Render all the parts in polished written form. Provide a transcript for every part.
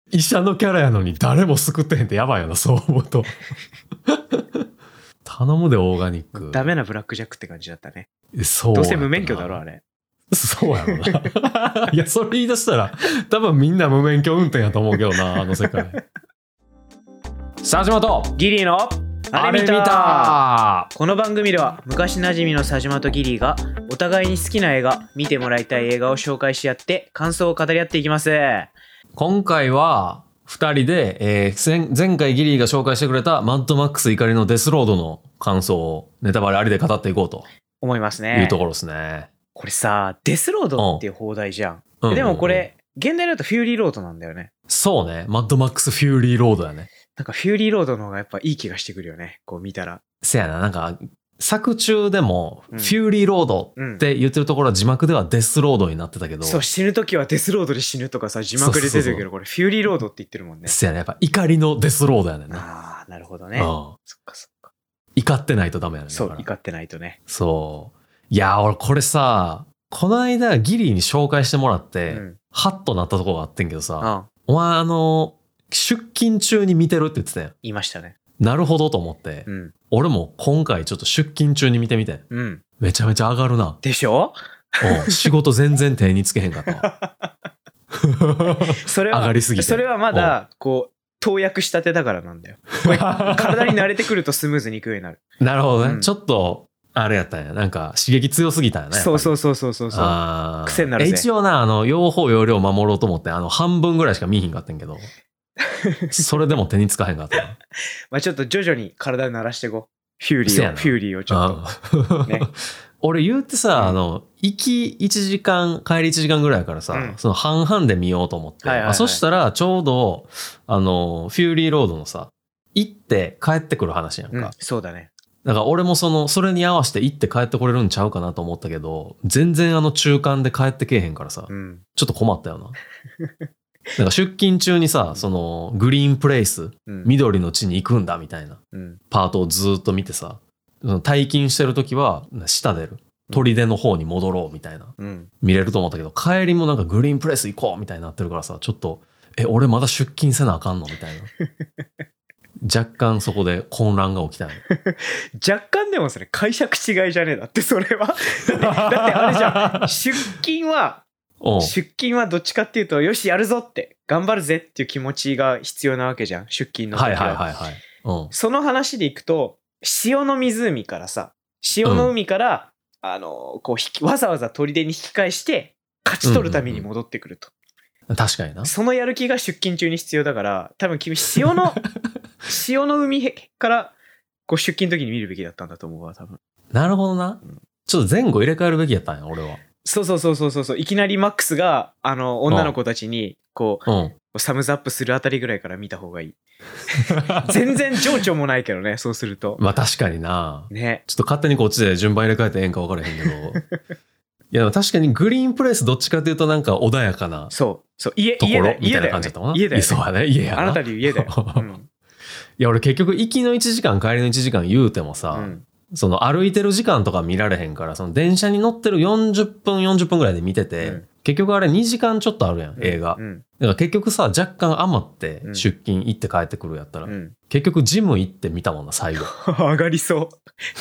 医者のキャラやのに誰も救ってへんってやばいよな、そう思うと。頼むで、オーガニック。 ダメなブラックジャックって感じだったね。 そう。 どうせ無免許だろ、あれ。 そうやろな。いや、それ言い出したら、多分みんな無免許運転やと思うけどな、あの世界。佐島とギリーのあれ見た。 この番組では昔なじみの佐島とギリーがお互いに好きな映画、見てもらいたい映画を紹介し合って感想を語り合っていきます。 今回は2人で、前回ギリーが紹介してくれたマッドマックス怒りのデスロードの感想をネタバレありで語っていこうと思いますね。 いうところですね。 これさ、デスロードっていう放題じゃん。でもこれ、現代だとフューリーロードなんだよね。 そうね。マッドマックスフューリーロードやね。 なんかフューリーロードの方がやっぱいい気がしてくるよね。こう見たら。 せやな。なんか、作中でも、フューリーロードって言ってるところは字幕ではデスロードになってたけど。 そう、死ぬときはデスロードで死ぬとかさ、字幕で出てるけど、これフューリーロードって言ってるもんね。 せやな。やっぱ怒りのデスロードやねんな。 ああ、なるほどね。そっかそっか。 怒ってないとダメやねん。 そう、怒ってないとね。 そう。いや、俺これさ、この間ギリーに紹介してもらって、ハッとなったところがあってんけどさ、お前出勤中に見てるって言ってたやん。 言いましたね。 なるほどと思って、俺も今回ちょっと出勤中に見てみて、めちゃめちゃ上がるな。 でしょ？ 仕事全然手につけへんかったわ。 それは上がりすぎて。 それはまだこう投薬したてだからなんだよ。体に慣れてくるとスムーズにいくようになる。 なるほどね。ちょっとあれやったんや。なんか刺激強すぎたんやね。 そう。癖になるぜ。 一応な、用法用量守ろうと思って、半分ぐらいしか見ひんかったんけど、それでも手につかへんかったな。 まあちょっと徐々に体を慣らしていこう。フューリーをちょっと。ね、 俺言うてさ、行き1時間、帰り1時間ぐらいからさ、その半々で見ようと思って。そしたらちょうど、フューリーロードのさ、行って帰ってくる話やんか。 そうだね。 だから俺もそれに合わせて行って帰ってこれるんちゃうかなと思ったけど、全然中間で帰ってけえへんからさ、ちょっと困ったよな。なんか出勤中にさ、グリーンプレイス、緑の地に行くんだみたいなパートをずっと見てさ、退勤してる時は下出る。砦の方に戻ろうみたいな、見れると思ったけど、帰りもなんかグリーンプレイス行こうみたいになってるからさ、ちょっと、俺まだ出勤せなあかんのみたいな。若干そこで混乱が起きたね。 若干でもそれ解釈違いじゃねえだってそれは。だってあれじゃん。出勤はどっちかっていうと、よしやるぞって頑張るぜっていう気持ちが必要なわけじゃん。出勤の時は。その話でいくと、潮の湖からさ、潮の海から、こうわざわざ砦に引き返して勝ち取るために戻ってくると。 確かにな。 そのやる気が出勤中に必要だから、多分君潮の海からこう出勤の時に見るべきだったんだと思うわ、多分。 なるほどな。ちょっと前後入れ替えるべきやったんや、俺は。 そう。いきなりマックスが女の子たちにこう、サムズアップするあたりぐらいから見た方がいい。全然情緒もないけどね、そうすると。 まあ確かにな。 ね。 ちょっと勝手にこっちで順番入れ替えてええんか分からへんけど。いやでも確かにグリーンプレイスどっちかというとなんか穏やかなところみたいな感じだったもんな。 家だよね。 そうやね、家やな。 あなたで言う家だよ。 いや俺結局行きの1時間帰りの1時間言うてもさ、歩いてる時間とか見られへんから、電車に乗ってる40分ぐらいで見てて、結局あれ2時間ちょっとあるやん、映画。だから結局さ、若干余って出勤行って帰ってくるやったら、結局ジム行って見たもんな、最後。 上がりそう。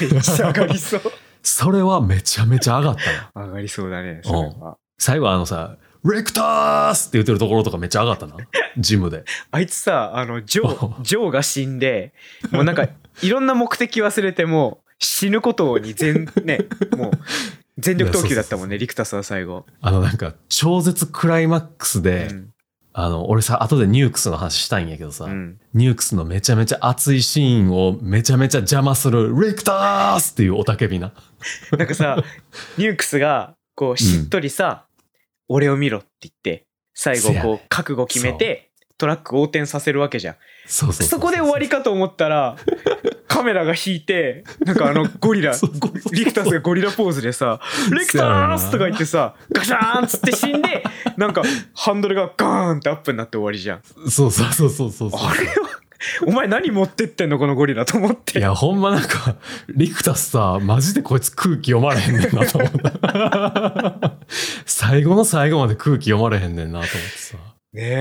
めっちゃ上がりそう。 それはめちゃめちゃ上がったな。上がりそうだね、それは。 最後レクタースって言ってるところとかめっちゃ上がったな。ジムで。 あいつさ、ジョーが死んで、もうなんか、いろんな目的忘れても、死ぬことにもう、全力投球だったもんね、リクタスは最後。 なんか、超絶クライマックスで、俺さ、後でニュークスの話したいんやけどさ、ニュークスのめちゃめちゃ熱いシーンをめちゃめちゃ邪魔する、レクタースっていうおたけびな。 なんかさ、ニュークスが、こう、しっとりさ、俺を見ろって言って、最後こう、覚悟決めて、トラック横転させるわけじゃん。そこで終わりかと思ったら、カメラが引いて、なんかゴリラ、リクタスがゴリラポーズでさ、レクタースとか言ってさ、ガシャーンっつって死んで、なんかハンドルがガーンってアップになって終わりじゃん。 そう。 あれは、お前何持ってってんのこのゴリラと思って。 いや、ほんまなんか、リクタスさ、マジでこいつ空気読まれへんねんなと思った。最後の最後まで空気読まれへんねんなと思ってさ。 ねえ。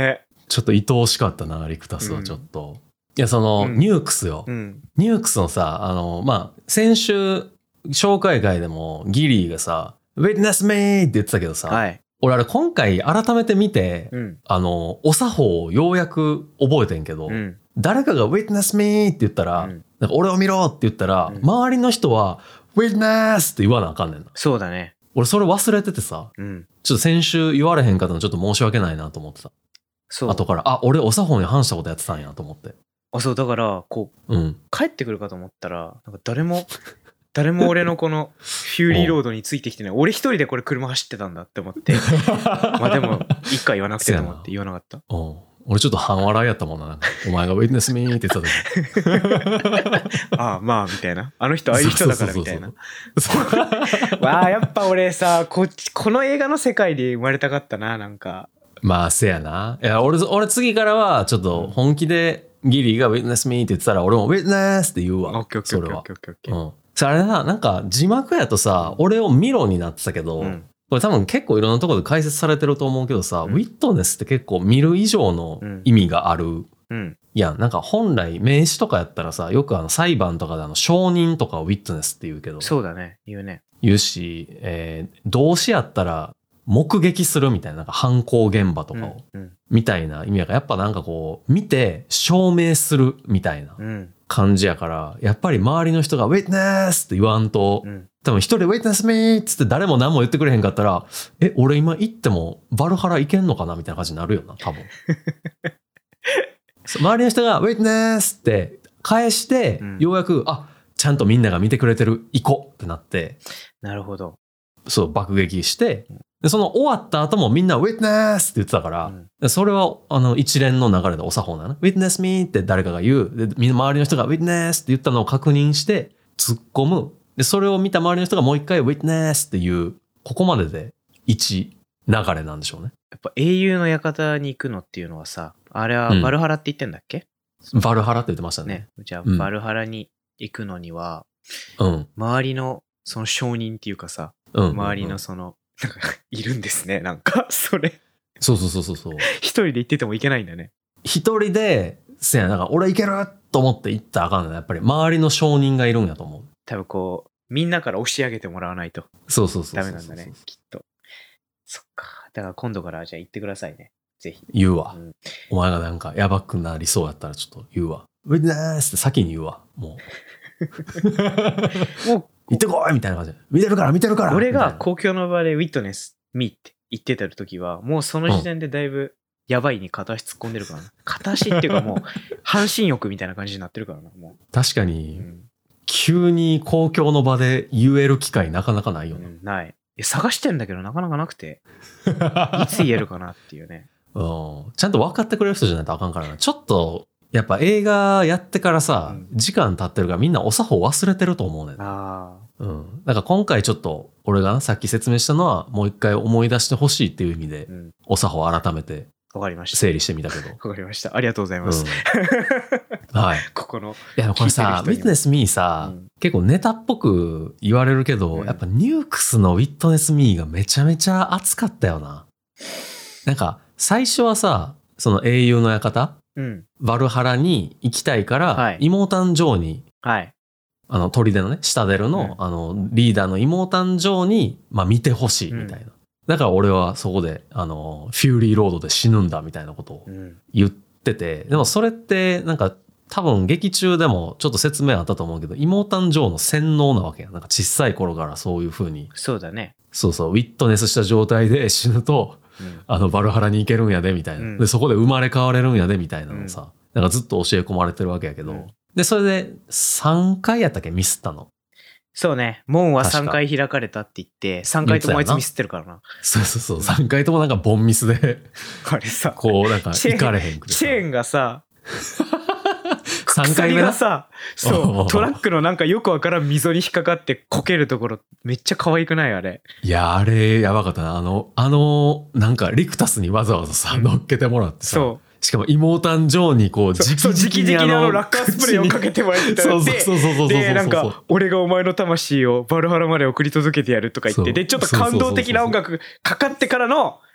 ちょっと愛おしかったな、リクタスはちょっと。いや、その、ニュークスよ。ニュークスのさ、まあ、先週、紹介会でもギリーがさ、Witness me! って言ってたけどさ、 はい、 俺あれ今回改めて見て、お作法をようやく覚えてんけど、誰かが Witness me! って言ったら、なんか俺を見ろって言ったら、周りの人は Witness! って言わなあかんねんな。 そうだね。 俺それ忘れててさ、ちょっと先週言われへんかったのちょっと申し訳ないなと思ってた。そう。後から、俺お作法に反したことやってたんやと思って。 そうだからこう、帰ってくるかと思ったらなんか誰も俺のこのフューリーロードについてきてない。俺一人でこれ車走ってたんだって思ってまあでも一回言わなくてと思って言わなかった。 俺ちょっと半笑いやったもんな。お前がウィトネスミーって言ってた時ああまあみたいな、あの人ああいう人だからみたいな。わあやっぱ俺さこの映画の世界で生まれたかったな。なんかまあせやな。いや俺次からはちょっと本気でギリーが Witness me って言ってたら俺も Witness って言うわ。それは。あれなんか字幕やとさ、俺を見ろになってたけど、これ多分結構いろんなところで解説されてると思うけどさ、ウィットネスって結構見る以上の意味がある。いや、なんか本来名詞とかやったらさ、よく裁判とかで証人とかをウィットネスって言うけど。 そうだね。言うね。 言うし、動詞やったら目撃するみたいな、なんか犯行現場とかを、みたいな意味がやっぱなんかこう見て証明するみたいな感じやから、やっぱり周りの人が Witness って言わんと、多分一人 Witness me っつって誰も何も言ってくれへんかったら、俺今行ってもバルハラ行けんのかなみたいな感じになるよな、多分。周りの人が Witness って返して、ようやくちゃんとみんなが見てくれてる、行こうってなって、 なるほど。 そう爆撃して、でその終わった後もみんな Witness って言ってたから、それは一連の流れでお作法なの。Witness me って誰かが言う。で周りの人が Witness って言ったのを確認して突っ込む。でそれを見た周りの人がもう一回 Witness っていう、ここまでで1流れなんでしょうね。 やっぱ英雄の館に行くのっていうのはさ、あれはバルハラって言ってんだっけ？ バルハラって言ってましたね。 じゃあバルハラに行くのには、周りのその証人っていうかさ、周りのそのなんかいるんですね。なんかそれそう一人で行っててもいけないんだね。 一人でなんか俺いけると思って行ったらあかんの。やっぱり周りの証人がいるんやと思う。 多分こうみんなから押し上げてもらわないとダメなんだね、きっと。そっか。だから今度からじゃあ行ってくださいね。ぜひ。 言うわ。お前がなんかやばくなりそうやったらちょっと言うわ。ウィッネスって先に言うわ。もう。行ってこいみたいな感じで。見てるから俺が公共の場でウィットネス見って言ってた時は、もうその時点でだいぶやばいに片足突っ込んでるからな。片足っていうかもう半身浴みたいな感じになってるからな。もう確かに、急に公共の場で言える機会なかなかないよな。 ない。探してんだけどなかなかなくて。いつ言えるかなっていうね。 ちゃんと分かってくれる人じゃないとあかんからな。ちょっとやっぱ映画やってからさ、時間経ってるからみんなお作法忘れてると思うねん。だから今回ちょっと俺がさっき説明したのはもう一回思い出してほしいっていう意味で、お作法改めて整理してみたけど。 わかりました。ありがとうございます。 はい。 ここの。 いやこれさ、Witness me さ、結構ネタっぽく言われるけど、やっぱニュークスの Witness me がめちゃめちゃ熱かったよな。なんか最初はさ、その英雄の館、バルハラに行きたいから、妹誕生に、砦のね、シタデルの、リーダーの妹誕生に、見てほしいみたいな。だから俺はそこで、フューリーロードで死ぬんだみたいなことを言ってて、でもそれってなんか多分劇中でもちょっと説明あったと思うけど、妹誕生の洗脳なわけや。なんか小さい頃からそういう風に。 そうだね。 そう、ウィットネスした状態で死ぬと、バルハラに行けるんやでみたいな、でそこで生まれ変われるんやでみたいなのさ、なんかずっと教え込まれてるわけやけど、でそれで3回やったっけミスったの。 そうね、門は3回開かれたって言って3回ともあいつミスってるからな。 そう3回ともなんかボンミスであれさこうなんか行かれへんくてチェーンがさ 3回目がさ、そうトラックのなんかよくわからん溝に引っかかってこけるところめっちゃ可愛くないあれ。 いやあれやばかったな。なんかリクタスにわざわざさ乗っけてもらってさ、しかも妹誕生にこう直々にラッカースプレーをかけてもらってでなんか俺がお前の魂をバルハラまで送り届けてやるとか言って、でちょっと感動的な音楽かかってからの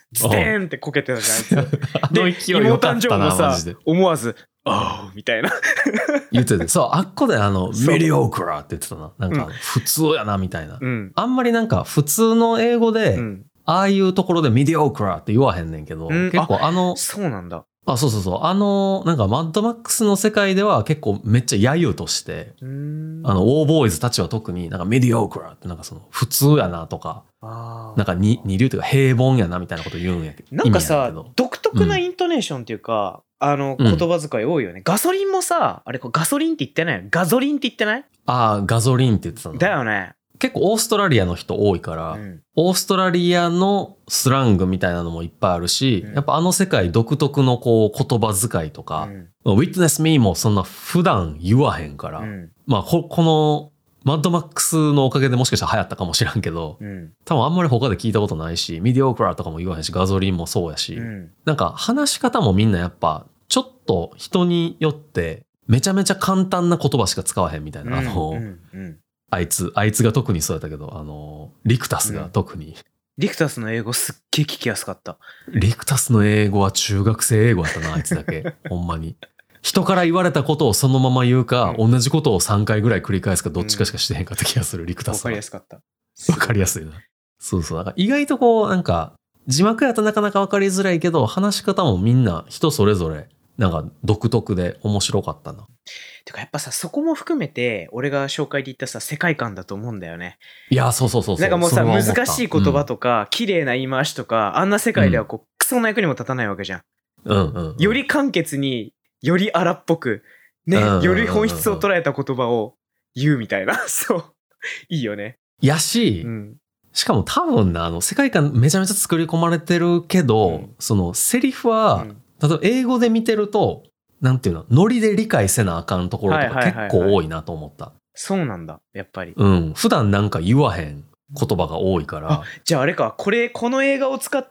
ズデーンってこけてたじゃん、あいつ。 あの勢いよかったな、マジで。 思わず、あーみたいな。 言ってて、そう、あっこでそうメディオークラーって言ってたな。なんか、普通やな、みたいな。 うん。 あんまりなんか、普通の英語で、 うんああいうところでメディオークラーって言わへんねんけど、 うん結構そうなんだ。 そうそうそう。なんかマッドマックスの世界では結構めっちゃ揶揄として、ウォーボーイズたちは特になんかメディオークラーってなんかその普通やなとか、なんか二流というか平凡やなみたいなこと言うんやけど。 なんかさ、独特なイントネーションっていうか、言葉遣い多いよね。ガソリンもさ、あれガソリンって言ってない？ガゾリンって言ってない？ ガゾリンって言ってたの。 だよね。 結構オーストラリアの人多いから、オーストラリアのスラングみたいなのもいっぱいあるし、やっぱ世界独特のこう言葉遣いとか、Witness me もそんな普段言わへんから、まあこのマッドマックスのおかげでもしかしたら流行ったかもしらんけど、多分あんまり他で聞いたことないし、ミディオークラーとかも言わへんし、ガゾリンもそうやし、なんか話し方もみんなやっぱちょっと人によってめちゃめちゃ簡単な言葉しか使わへんみたいな、あいつが特にそうやったけど、リクタスが特に、 リクタスの英語すっげえ聞きやすかった。 リクタスの英語は中学生英語やったな、あいつだけ。ほんまに。人から言われたことをそのまま言うか、同じことを3回ぐらい繰り返すか、どっちかしかしてへんかった気がする、リクタスは。 わかりやすかった。 わかりやすいな。そうそう。だから意外とこう、なんか、字幕やとなかなかわかりづらいけど、話し方もみんな人それぞれ、なんか独特で面白かったな。 てかやっぱさ、そこも含めて、俺が紹介で言ったさ、世界観だと思うんだよね。 いや、そうそうそうそう。 なんかもうさ、難しい言葉とか、綺麗な言い回しとか、あんな世界ではこう、クソな役にも立たないわけじゃん。より簡潔に、より荒っぽく、ね、より本質を捉えた言葉を言うみたいな。そう。いいよね。 やし、しかも多分な、世界観めちゃめちゃ作り込まれてるけど、そのセリフは、例えば英語で見てると、なんていうの、ノリで理解せなあかんところとか結構多いなと思った。 そうなんだ、やっぱり。 普段なんか言わへん言葉が多いから。 じゃああれか、この映画を使って、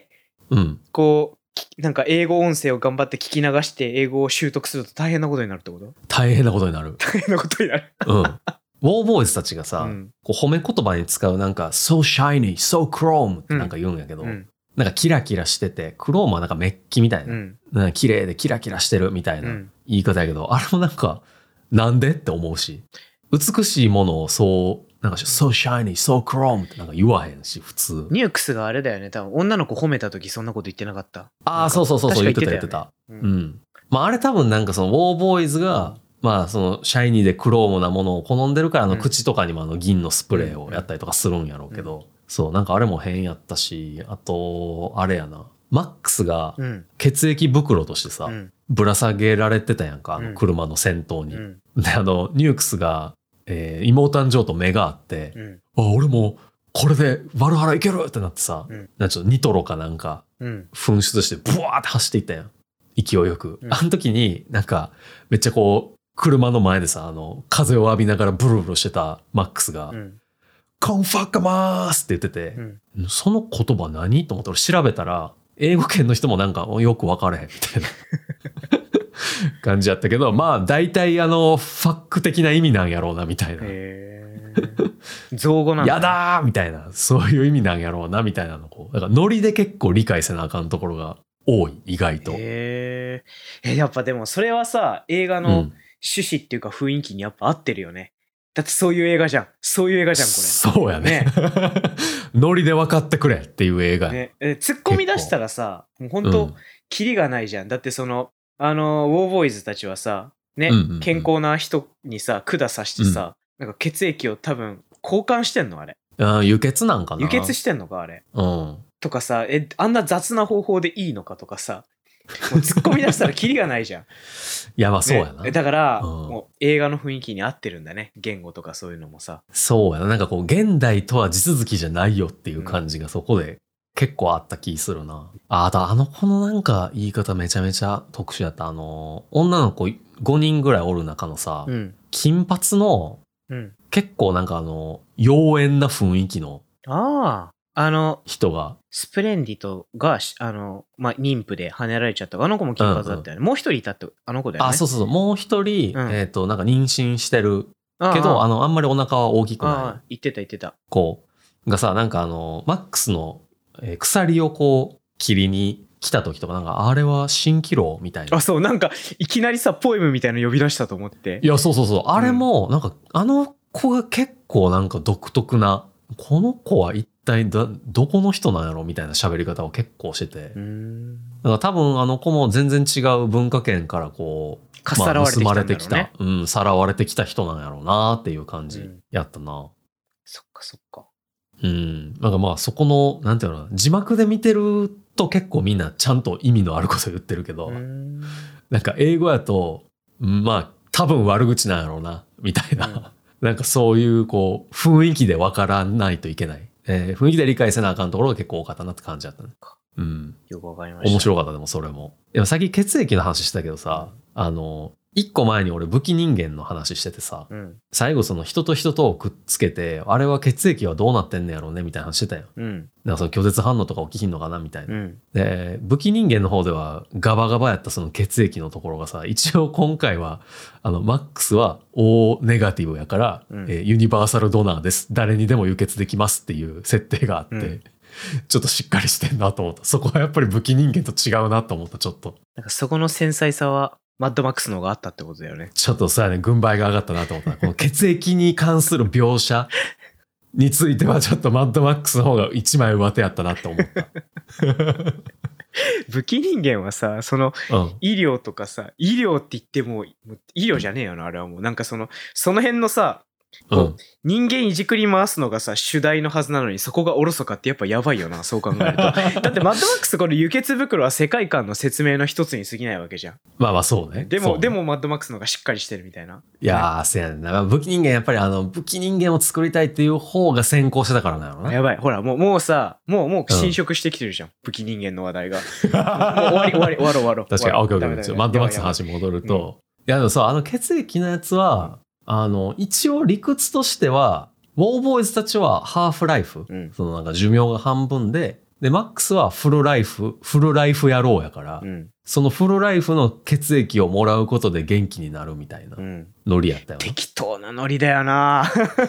こう、なんか英語音声を頑張って聞き流して英語を習得すると大変なことになるってこと？ 大変なことになる。 大変なことになる。 ウォーボーイズたちがさ、こう褒め言葉に使うなんか so shiny, so chrome ってなんか言うんやけど、なんかキラキラしてて、クロームはなんかメッキみたいな。なんか綺麗でキラキラしてるみたいな言い方やけど、あれもなんか、なんでって思うし、美しいものをなんか so shiny, so chrome ってなんか言わへんし、普通。 ニュークスがあれだよね。多分女の子褒めた時そんなこと言ってなかった。 そうそう、言ってた。まああれ多分なんかそのウォーボーイズが、まあそのシャイニーでクロームなものを好んでるから口とかにも銀のスプレーをやったりとかするんやろうけど、そう、なんかあれも変やったし、あと、あれやな。マックスが血液袋としてさ、ぶら下げられてたやんか、車の先頭に。で、ニュークスが、妹誕生と目があって、俺もこれでバルハラ行けるってなってさ、なんちょっとニトロかなんか、噴出してブワーって走っていったやん。勢いよく。あの時になんか、めっちゃこう、車の前でさ、風を浴びながらブルブルしてたマックスが、コンファッカマースって言ってて、その言葉何と思って俺調べたら、英語圏の人もなんかよく分からへんみたいな感じやったけど、まあ大体ファック的な意味なんやろうなみたいな。 造語なんだ、 やだーみたいな、そういう意味なんやろうなみたいなのを、だからノリで結構理解せなあかんところが多い、意外と。 やっぱでもそれはさ、映画の趣旨っていうか雰囲気にやっぱ合ってるよね。だってそういう映画じゃん。そういう映画じゃん、これ。 そうやね。ノリで分かってくれっていう映画。 ね、突っ込み出したらさ、もう本当、キリがないじゃん。だってウォーボーイズたちはさ、ね、健康な人にさ、管さしてさ、なんか血液を多分交換してんのあれ。 輸血なんかな。 輸血してんのかあれ。とかさ、あんな雑な方法でいいのかとかさ、もう突っ込み出したらキリがないじゃん。 いやまあそうやな、 ね、だから、もう映画の雰囲気に合ってるんだね、言語とかそういうのもさ。 そうやな、なんかこう現代とは地続きじゃないよっていう感じがそこで結構あった気するな。あとこのなんか言い方めちゃめちゃ特殊やった。女の子5人ぐらいおる中のさ、金髪の、結構なんか妖艶な雰囲気の人が。 スプレンディトが、まあ、妊婦で跳ねられちゃった。あの子も金髪だったよね。もう一人いたって、あの子だよね。 そうそうそう。もう一人、なんか妊娠してるけど、あんまりお腹は大きくない。 言ってた。 子がさ、なんかマックスの、鎖をこう、 切りに来た時とかなんかあれは蜃気楼みたいな。 あ、そう、なんかいきなりさポエムみたいなの呼び出したと思って。 いやそうそうそう、あれもなんかあの子が結構なんか独特な、この子は一体どこの人なんやろみたいな喋り方を結構してて、だから多分あの子も全然違う文化圏からこうかっさらわれてきたんだろうね。 盗まれてきた、うん、さらわれてきた人なんやろうなっていう感じやったな。 そっかそっか。 うん。なんかまあそこの、なんていうのかな、字幕で見てると結構みんなちゃんと意味のあること言ってるけど、なんか英語やと、まあ多分悪口なんやろうな、みたいな。なんかそういうこう、雰囲気で分からないといけない。雰囲気で理解せなあかんところが結構多かったなって感じだったね。うん。 よくわかりました。 面白かったでもそれも。でもさっき血液の話したけどさ、一個前に俺武器人間の話しててさ、最後その人と人とをくっつけて、あれは血液はどうなってんねやろうねみたいな話してたよ。なんかその拒絶反応とか起きひんのかなみたいな。で、武器人間の方ではガバガバやったその血液のところがさ、一応今回は、マックスは O ネガティブやから、ユニバーサルドナーです。誰にでも輸血できますっていう設定があって、ちょっとしっかりしてんなと思った。そこはやっぱり武器人間と違うなと思った、ちょっと。 なんかそこの繊細さは、マッドマックスの方があったってことだよね。 ちょっとそうやね、軍配が上がったなと思った。この血液に関する描写についてはちょっとマッドマックスの方が一枚上手やったなって思った。 武器人間はさ、その医療とかさ、医療って言っても医療じゃねえよな、あれはもう。なんかその辺のさ、人間いじくり回すのがさ主題のはずなのにそこがおろそかってやっぱやばいよな、そう考えると。だってマッドマックスこの輸血袋は世界観の説明の一つに過ぎないわけじゃん。 まあまあそうね。 でもマッドマックスの方がしっかりしてるみたいな。 いやー、せやねんな。武器人間やっぱり武器人間を作りたいっていう方が先行してたからなのな。 やばい、ほらもうさ、もう侵食してきてるじゃん、武器人間の話題が。もう終わろう。 確かに、オッケー。マッドマックスの話に戻ると、いやでもさ、血液のやつは、一応理屈としては、ウォーボーイズたちはハーフライフ、そのなんか寿命が半分で、マックスはフルライフ野郎やから、そのフルライフの血液をもらうことで元気になるみたいなノリやったよな。 適当なノリだよな。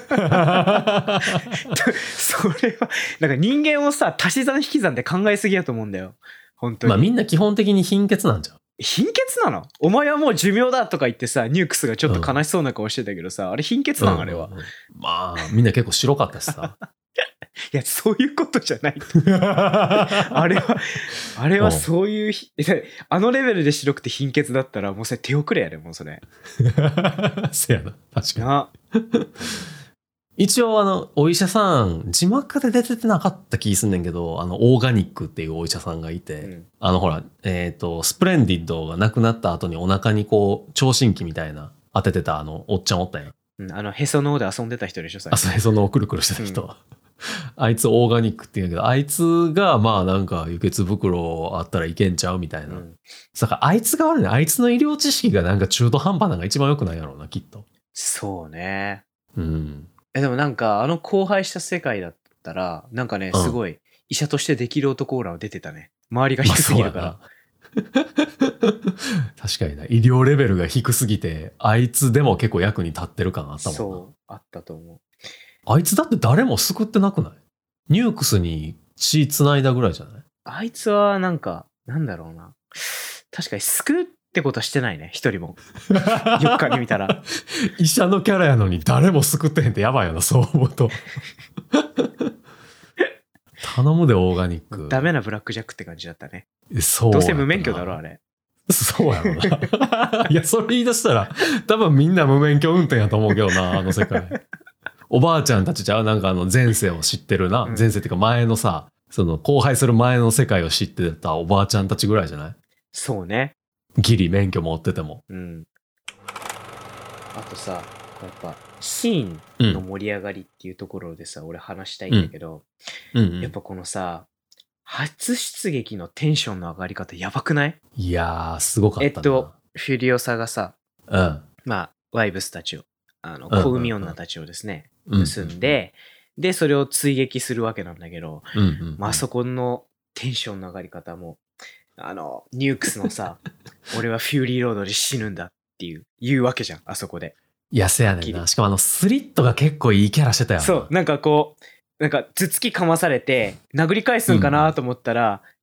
それは、なんか人間をさ、足し算引き算で考えすぎやと思うんだよ。本当に。 まあみんな基本的に貧血なんじゃん。 貧血なの？お前はもう寿命だとか言ってさ、ニュークスがちょっと悲しそうな顔してたけどさ、あれ貧血なのあれは。 まあ、みんな結構白かったしさ。 いや、そういうことじゃない。あれはそういう、あのレベルで白くて貧血だったら、もうそれ手遅れやで、もうそれ。 せやな、確かに。一応お医者さん、字幕で出てなかった気すんねんけど、オーガニックっていうお医者さんがいて、ほら、スプレンディッドが亡くなった後にお腹にこう、聴診器みたいな当ててたおっちゃんおったんや。 へその緒で遊んでた人でしょ、 そう、へその緒くるくるしてた人。あいつオーガニックって言うんやけど、あいつがまあなんか輸血袋あったらいけんちゃうみたいな。だからあいつが悪いね。あいつの医療知識がなんか中途半端なのが一番良くないやろうな、きっと。 そうね。でもなんか荒廃した世界だったらなんかね、すごい医者としてできる男オーラは出てたね。周りが低すぎるから。 確かにな、医療レベルが低すぎてあいつでも結構役に立ってる感あったもんな。 そうあったと思う。 あいつだって誰も救ってなくない？ニュークスに血繋いだぐらいじゃない？ あいつはなんかなんだろうな、確かに救うってことはしてないね、一人も。よっかに見たら。 医者のキャラやのに誰も救ってへんってやばいよな、そう思うと。頼むで、オーガニック。 ダメなブラックジャックって感じだったね。 そう。 どうせ無免許だろ、あれ。 そうやろな。いや、それ言い出したら、多分みんな無免許運転やと思うけどな、あの世界。おばあちゃんたちじゃなんか前世を知ってるな。前世っていうか前のさ、その荒廃する前の世界を知ってたおばあちゃんたちぐらいじゃない？ そうね。 ギリ免許持ってても。 あとさ、やっぱシーンの盛り上がりっていうところでさ、俺話したいんだけど、やっぱこのさ、初出撃のテンションの上がり方やばくない？ いやー、すごかったな。 フュリオサがさ、まあ、ワイブスたちを、小海女たちをですね、盗んで、で、それを追撃するわけなんだけど、まあそこのテンションの上がり方も、ニュークスのさ、俺はフューリーロードで死ぬんだって言うわけじゃん、あそこで。 いや、せやねんな。しかもスリットが結構いいキャラしてたよな。 そう、なんかこう、なんか頭突きかまされて、殴り返すんかなと思ったら、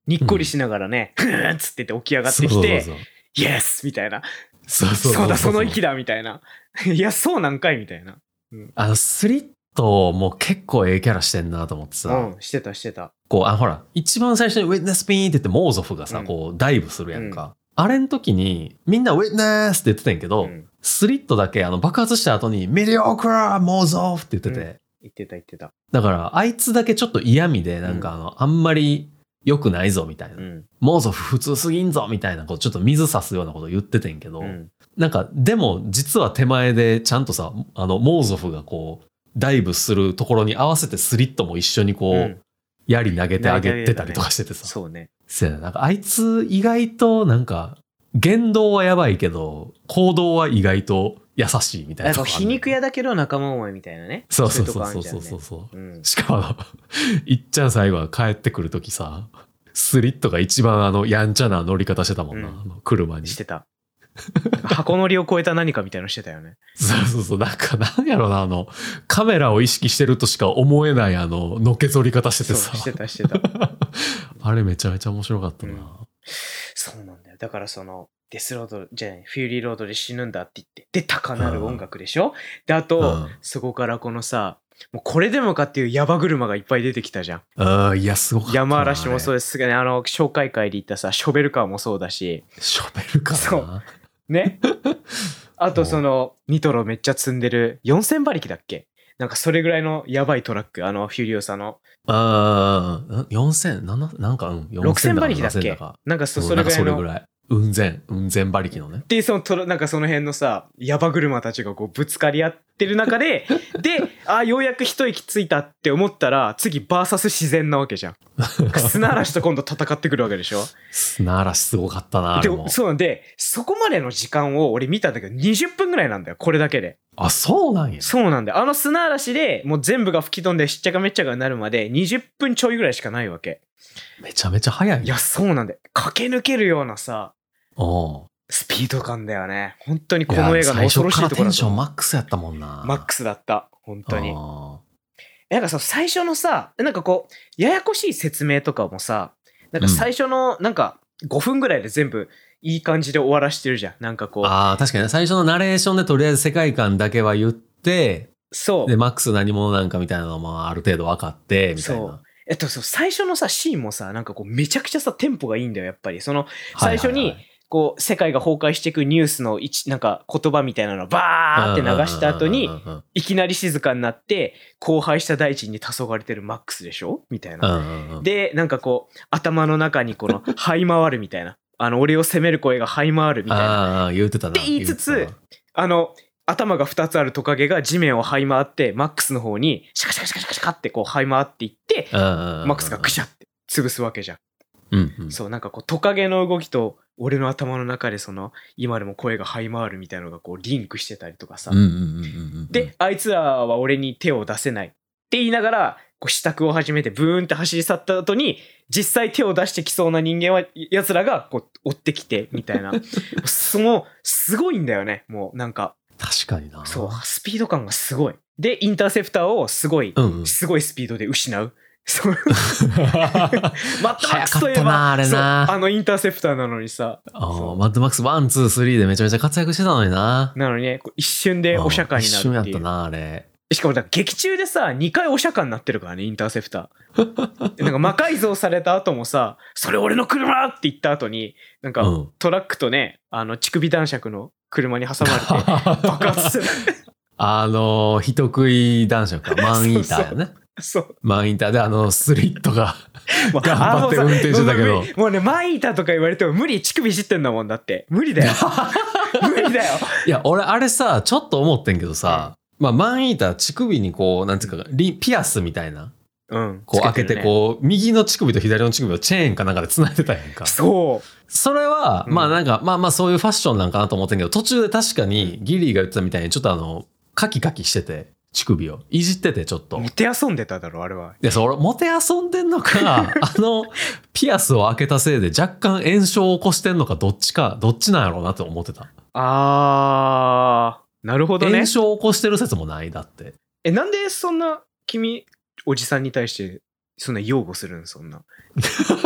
にっこりしながらね、ふーっつってて起き上がってきて、イエスみたいな。そうだ、その息だみたいな。いや、そうなんかいみたいな。 スリットも結構ええキャラしてんなと思ってさ。 してた。 こう、ほら、一番最初にウィッネスピーンって言ってモーゾフがさ、こう、ダイブするやんか。あれの時に、みんなウィッネスって言ってたんやけど、スリットだけ爆発した後に、メディオクラーモーゾフって言ってて。 言ってた。 だから、あいつだけちょっと嫌味で、なんかあんまり良くないぞみたいな。モーゾフ普通すぎんぞみたいな、こう、ちょっと水差すようなこと言っててんけど、なんか、でも、実は手前でちゃんとさ、モーゾフがこう、ダイブするところに合わせてスリットも一緒にこう、槍投げてあげてたりとかしててさ。 そうね。 なんかあいつ意外となんか、言動はやばいけど、行動は意外と優しいみたいな。 なんか皮肉屋だけど仲間思いみたいなね。 そう。しかもいっちゃん最後は帰ってくるときさ、スリットが一番やんちゃな乗り方してたもんな、車に。 してた。箱乗りを超えた何かみたいなのしてたよね。 そう。なんかなんやろな、カメラを意識してるとしか思えないのけぞり方しててさ。 してた。 あれめちゃめちゃ面白かったな。 そうなんだよ。だからフューリーロードで死ぬんだって言って。で、高鳴る音楽でしょ。で、あと、そこからこのさ、もうこれでもかっていうヤバ車がいっぱい出てきたじゃん。 いや、すごかったな。 山嵐もそうですがね、紹介会で行ったさ、ショベルカーもそうだし。 ショベルカーそう。ね。あとニトロめっちゃ積んでる4000馬力だっけ？なんかそれぐらいのやばいトラック、フューリオサの。 4000、なんか、 6000馬力だっけ？なんかそれぐらいの。 それぐらい。雲仙馬力のね。 で、なんかその辺のさ、ヤバ車たちがこうぶつかり合ってる中で、ようやく一息ついたって思ったら、次バーサス自然なわけじゃん。砂嵐と今度戦ってくるわけでしょ？ 砂嵐すごかったな、あれも。 そうなんで、そこまでの時間を俺見たんだけど、20分ぐらいなんだよ、これだけで。 あ、そうなんや。 そうなんだよ。砂嵐でもう全部が吹き飛んでしっちゃかめっちゃかになるまで20分ちょいぐらいしかないわけ。 めちゃめちゃ早い。 いや、そうなんだよ。駆け抜けるようなさ、スピード感だよね。本当にこの映画の恐ろしいところだと。 テンションマックスやったもんな。 マックスだった。本当に。なんかさ、最初のさ、なんかこう、ややこしい説明とかもさ、なんか最初の、なんか5分ぐらいで全部いい感じで終わらしてるじゃん。なんかこう。 確かに最初のナレーションでとりあえず世界観だけは言って、 そう。 で、マックス何者なんかみたいなのもある程度分かって、みたいな。 最初のさ、シーンもさ、なんかこう、めちゃくちゃさ、テンポがいいんだよ、やっぱり。最初に、こう、世界が崩壊していくニュースのなんか言葉みたいなのをバーって流した後に、いきなり静かになって、荒廃した大地に黄昏れてるマックスでしょみたいな。で、なんかこう、頭の中にこの、這い回るみたいな。俺を責める声が這い回るみたいな。 言ってたな。 って言いつつ、頭が2つあるトカゲが地面を這い回って、マックスの方に、シャカシャカシャカシャカシャカってこう這い回っていって、マックスがクシャって潰すわけじゃん。そう、なんかこう、トカゲの動きと、俺の頭の中で今でも声が這い回るみたいなのがこう、リンクしてたりとかさ。で、あいつらは俺に手を出せないって言いながら、こう、支度を始めてブーンって走り去った後に、実際手を出してきそうな人間は、奴らがこう、追ってきて、みたいな。すごいんだよね、もう、なんか。 確かにな。 そう、スピード感がすごい。で、インターセプターをすごいスピードで失う。そう。マッドマックスといえば、 あれな。 インターセプターなのにさ。 マッドマックス1、2、3でめちゃめちゃ活躍してたのにな。 なのにね、一瞬でお釈迦になるっていう。 一瞬やったな、あれ。 しかも劇中でさ、2回お釈迦になってるからね、インターセプター。なんか魔改造された後もさ、それ俺の車って言った後に、なんかトラックとね、乳首男爵の車に挟まれて爆発する。 人食い男爵か、マンイーターやね。 そう。 マンイーターでスリットが頑張って運転してたけど。 もうね、マンイーターとか言われても無理、乳首いじってんだもんだって。無理だよ。無理だよ。 いや、俺あれさ、ちょっと思ってんけどさ、マンイーター乳首にこう、なんていうか、ピアスみたいな。こう開けてこう、右の乳首と左の乳首をチェーンかなんかで繋いでたやんか。 そう。 それは、なんか、そういうファッションなんかなと思ってんけど、途中で確かにギリーが言ってたみたいにちょっとカキカキしてて、乳首をいじっててちょっと。 もて遊んでただろ、あれは。 いや、俺、もて遊んでんのか、ピアスを開けたせいで若干炎症を起こしてんのか、どっちなんやろうなって思ってた。 なるほどね。 炎症を起こしてる説もない、だって。 なんでそんな、君、おじさんに対して、そんな擁護するんそんな。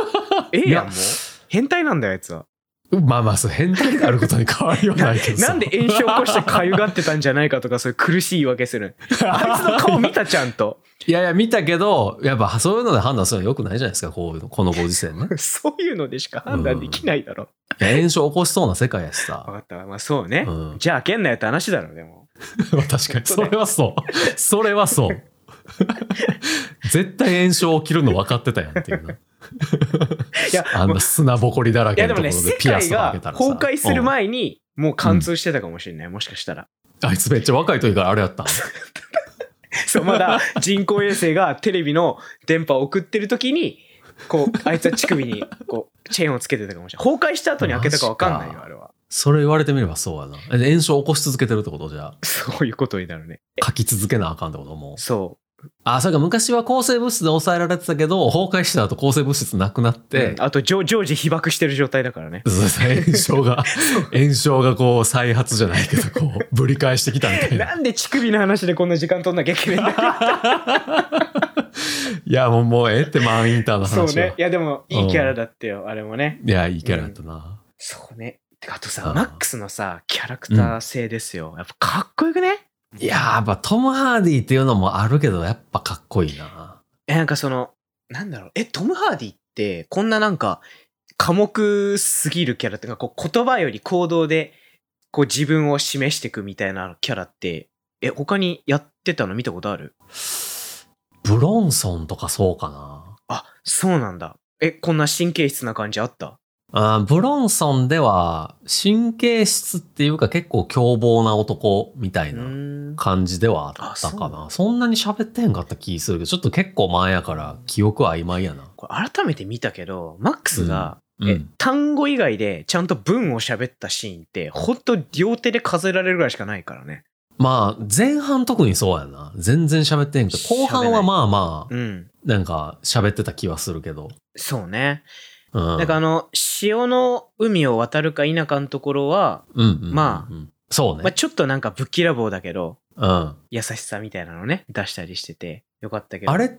ええやんもう。変態なんだよあいつは。 まあまあそう変態であることに変わりはないけどさ。 なんで炎症起こしてかゆがってたんじゃないかとかそういう苦しい言い訳する。あいつの顔見たちゃんと。 いやいや見たけどやっぱそういうので判断するのよくないじゃないですかこのご時世ね。 そういうのでしか判断できないだろ。 いや炎症起こしそうな世界やしさ。 分かった。まあそうね。じゃあ開けんなよって話だろでも。 確かにそれはそうそれはそう絶対炎症起きるの分かってたやんっていうな。いやあんな砂ぼこりだらけのところでピアスとか開けたらさ。 世界が崩壊する前にもう貫通してたかもしれない、もしかしたら。 あいつめっちゃ若い時からあれやったんそうまだ人工衛星がテレビの電波を送ってる時にこうあいつは乳首にこうチェーンをつけてたかもしれない。崩壊した後に開けたか分かんないよあれは。 それ言われてみればそうやな。炎症起こし続けてるってことじゃあ。 そういうことになるね。 書き続けなあかんってこともう。 そう。 あ、それか昔は抗生物質で抑えられてたけど崩壊した後抗生物質なくなって、 あと常時被爆してる状態だからね。 炎症がこう再発じゃないけどこうぶり返してきたみたいな。 なんで乳首の話でこんな時間取んなきゃいけないんだいやもうええってマンインターの話は。 そうね。いやでもいいキャラだったよ、あれもね。 いやいいキャラだったな、 そうね。あとさマックスのさキャラクター性ですよ、やっぱかっこよくね。 いややっぱトム・ハーディっていうのもあるけどやっぱかっこいいな。 なんかそのなんだろうトム・ハーディってこんななんか寡黙すぎるキャラっていうかこう言葉より行動でこう自分を示していくみたいなキャラって他にやってたの見たことある？ ブロンソンとかそうかな。 あ、そうなんだ。こんな神経質な感じあった？ ブロンソンでは神経質っていうか結構凶暴な男みたいな感じではあったかな。そんなに喋ってへんかった気するけどちょっと結構前やから記憶は曖昧やな。 これ改めて見たけどマックスが、単語以外でちゃんと文を喋ったシーンってほんと両手で数えられるぐらいしかないからね。まあ前半特にそうやな。全然喋ってへんけど後半はまあまあ、なんか喋ってた気はするけど。 そうね。なんか潮の海を渡るか否かのところは、まあ、 そうね。 まあ、ちょっとなんかぶっきらぼうだけど、優しさみたいなのね、出したりしててよかったけど。 あれって、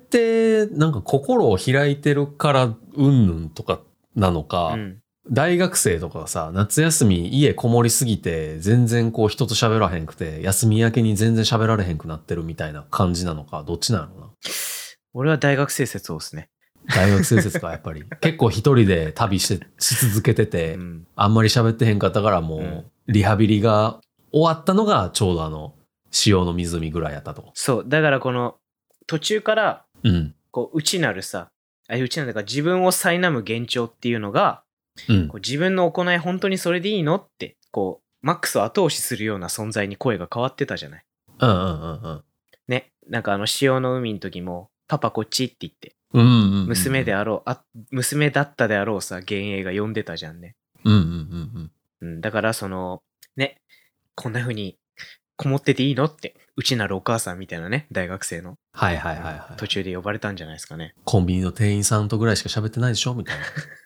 なんか心を開いてるからうんぬんとかなのか、大学生とかがさ、夏休み家こもりすぎて、全然こう人と喋らへんくて、休み明けに全然喋られへんくなってるみたいな感じなのか、どっちなのかな。 俺は大学生説をですね。 大学生説か、やっぱり。結構一人で旅し続けてて、あんまり喋ってへんかったからもう、リハビリが終わったのがちょうど潮の湖ぐらいやったと。 そう。だからこの途中から、こう内なるさ、内なるか自分を苛む幻聴っていうのが、こう自分の行い本当にそれでいいのって、こう、マックスを後押しするような存在に声が変わってたじゃない。ね。なんか潮の海の時も、パパこっちって言って、娘であろう、娘だったであろうさ、幻影が呼んでたじゃんね。だからね、こんな風にこもってていいのって、内なるお母さんみたいなね、大学生の。途中で呼ばれたんじゃないですかね。 コンビニの店員さんとぐらいしか喋ってないでしょみたい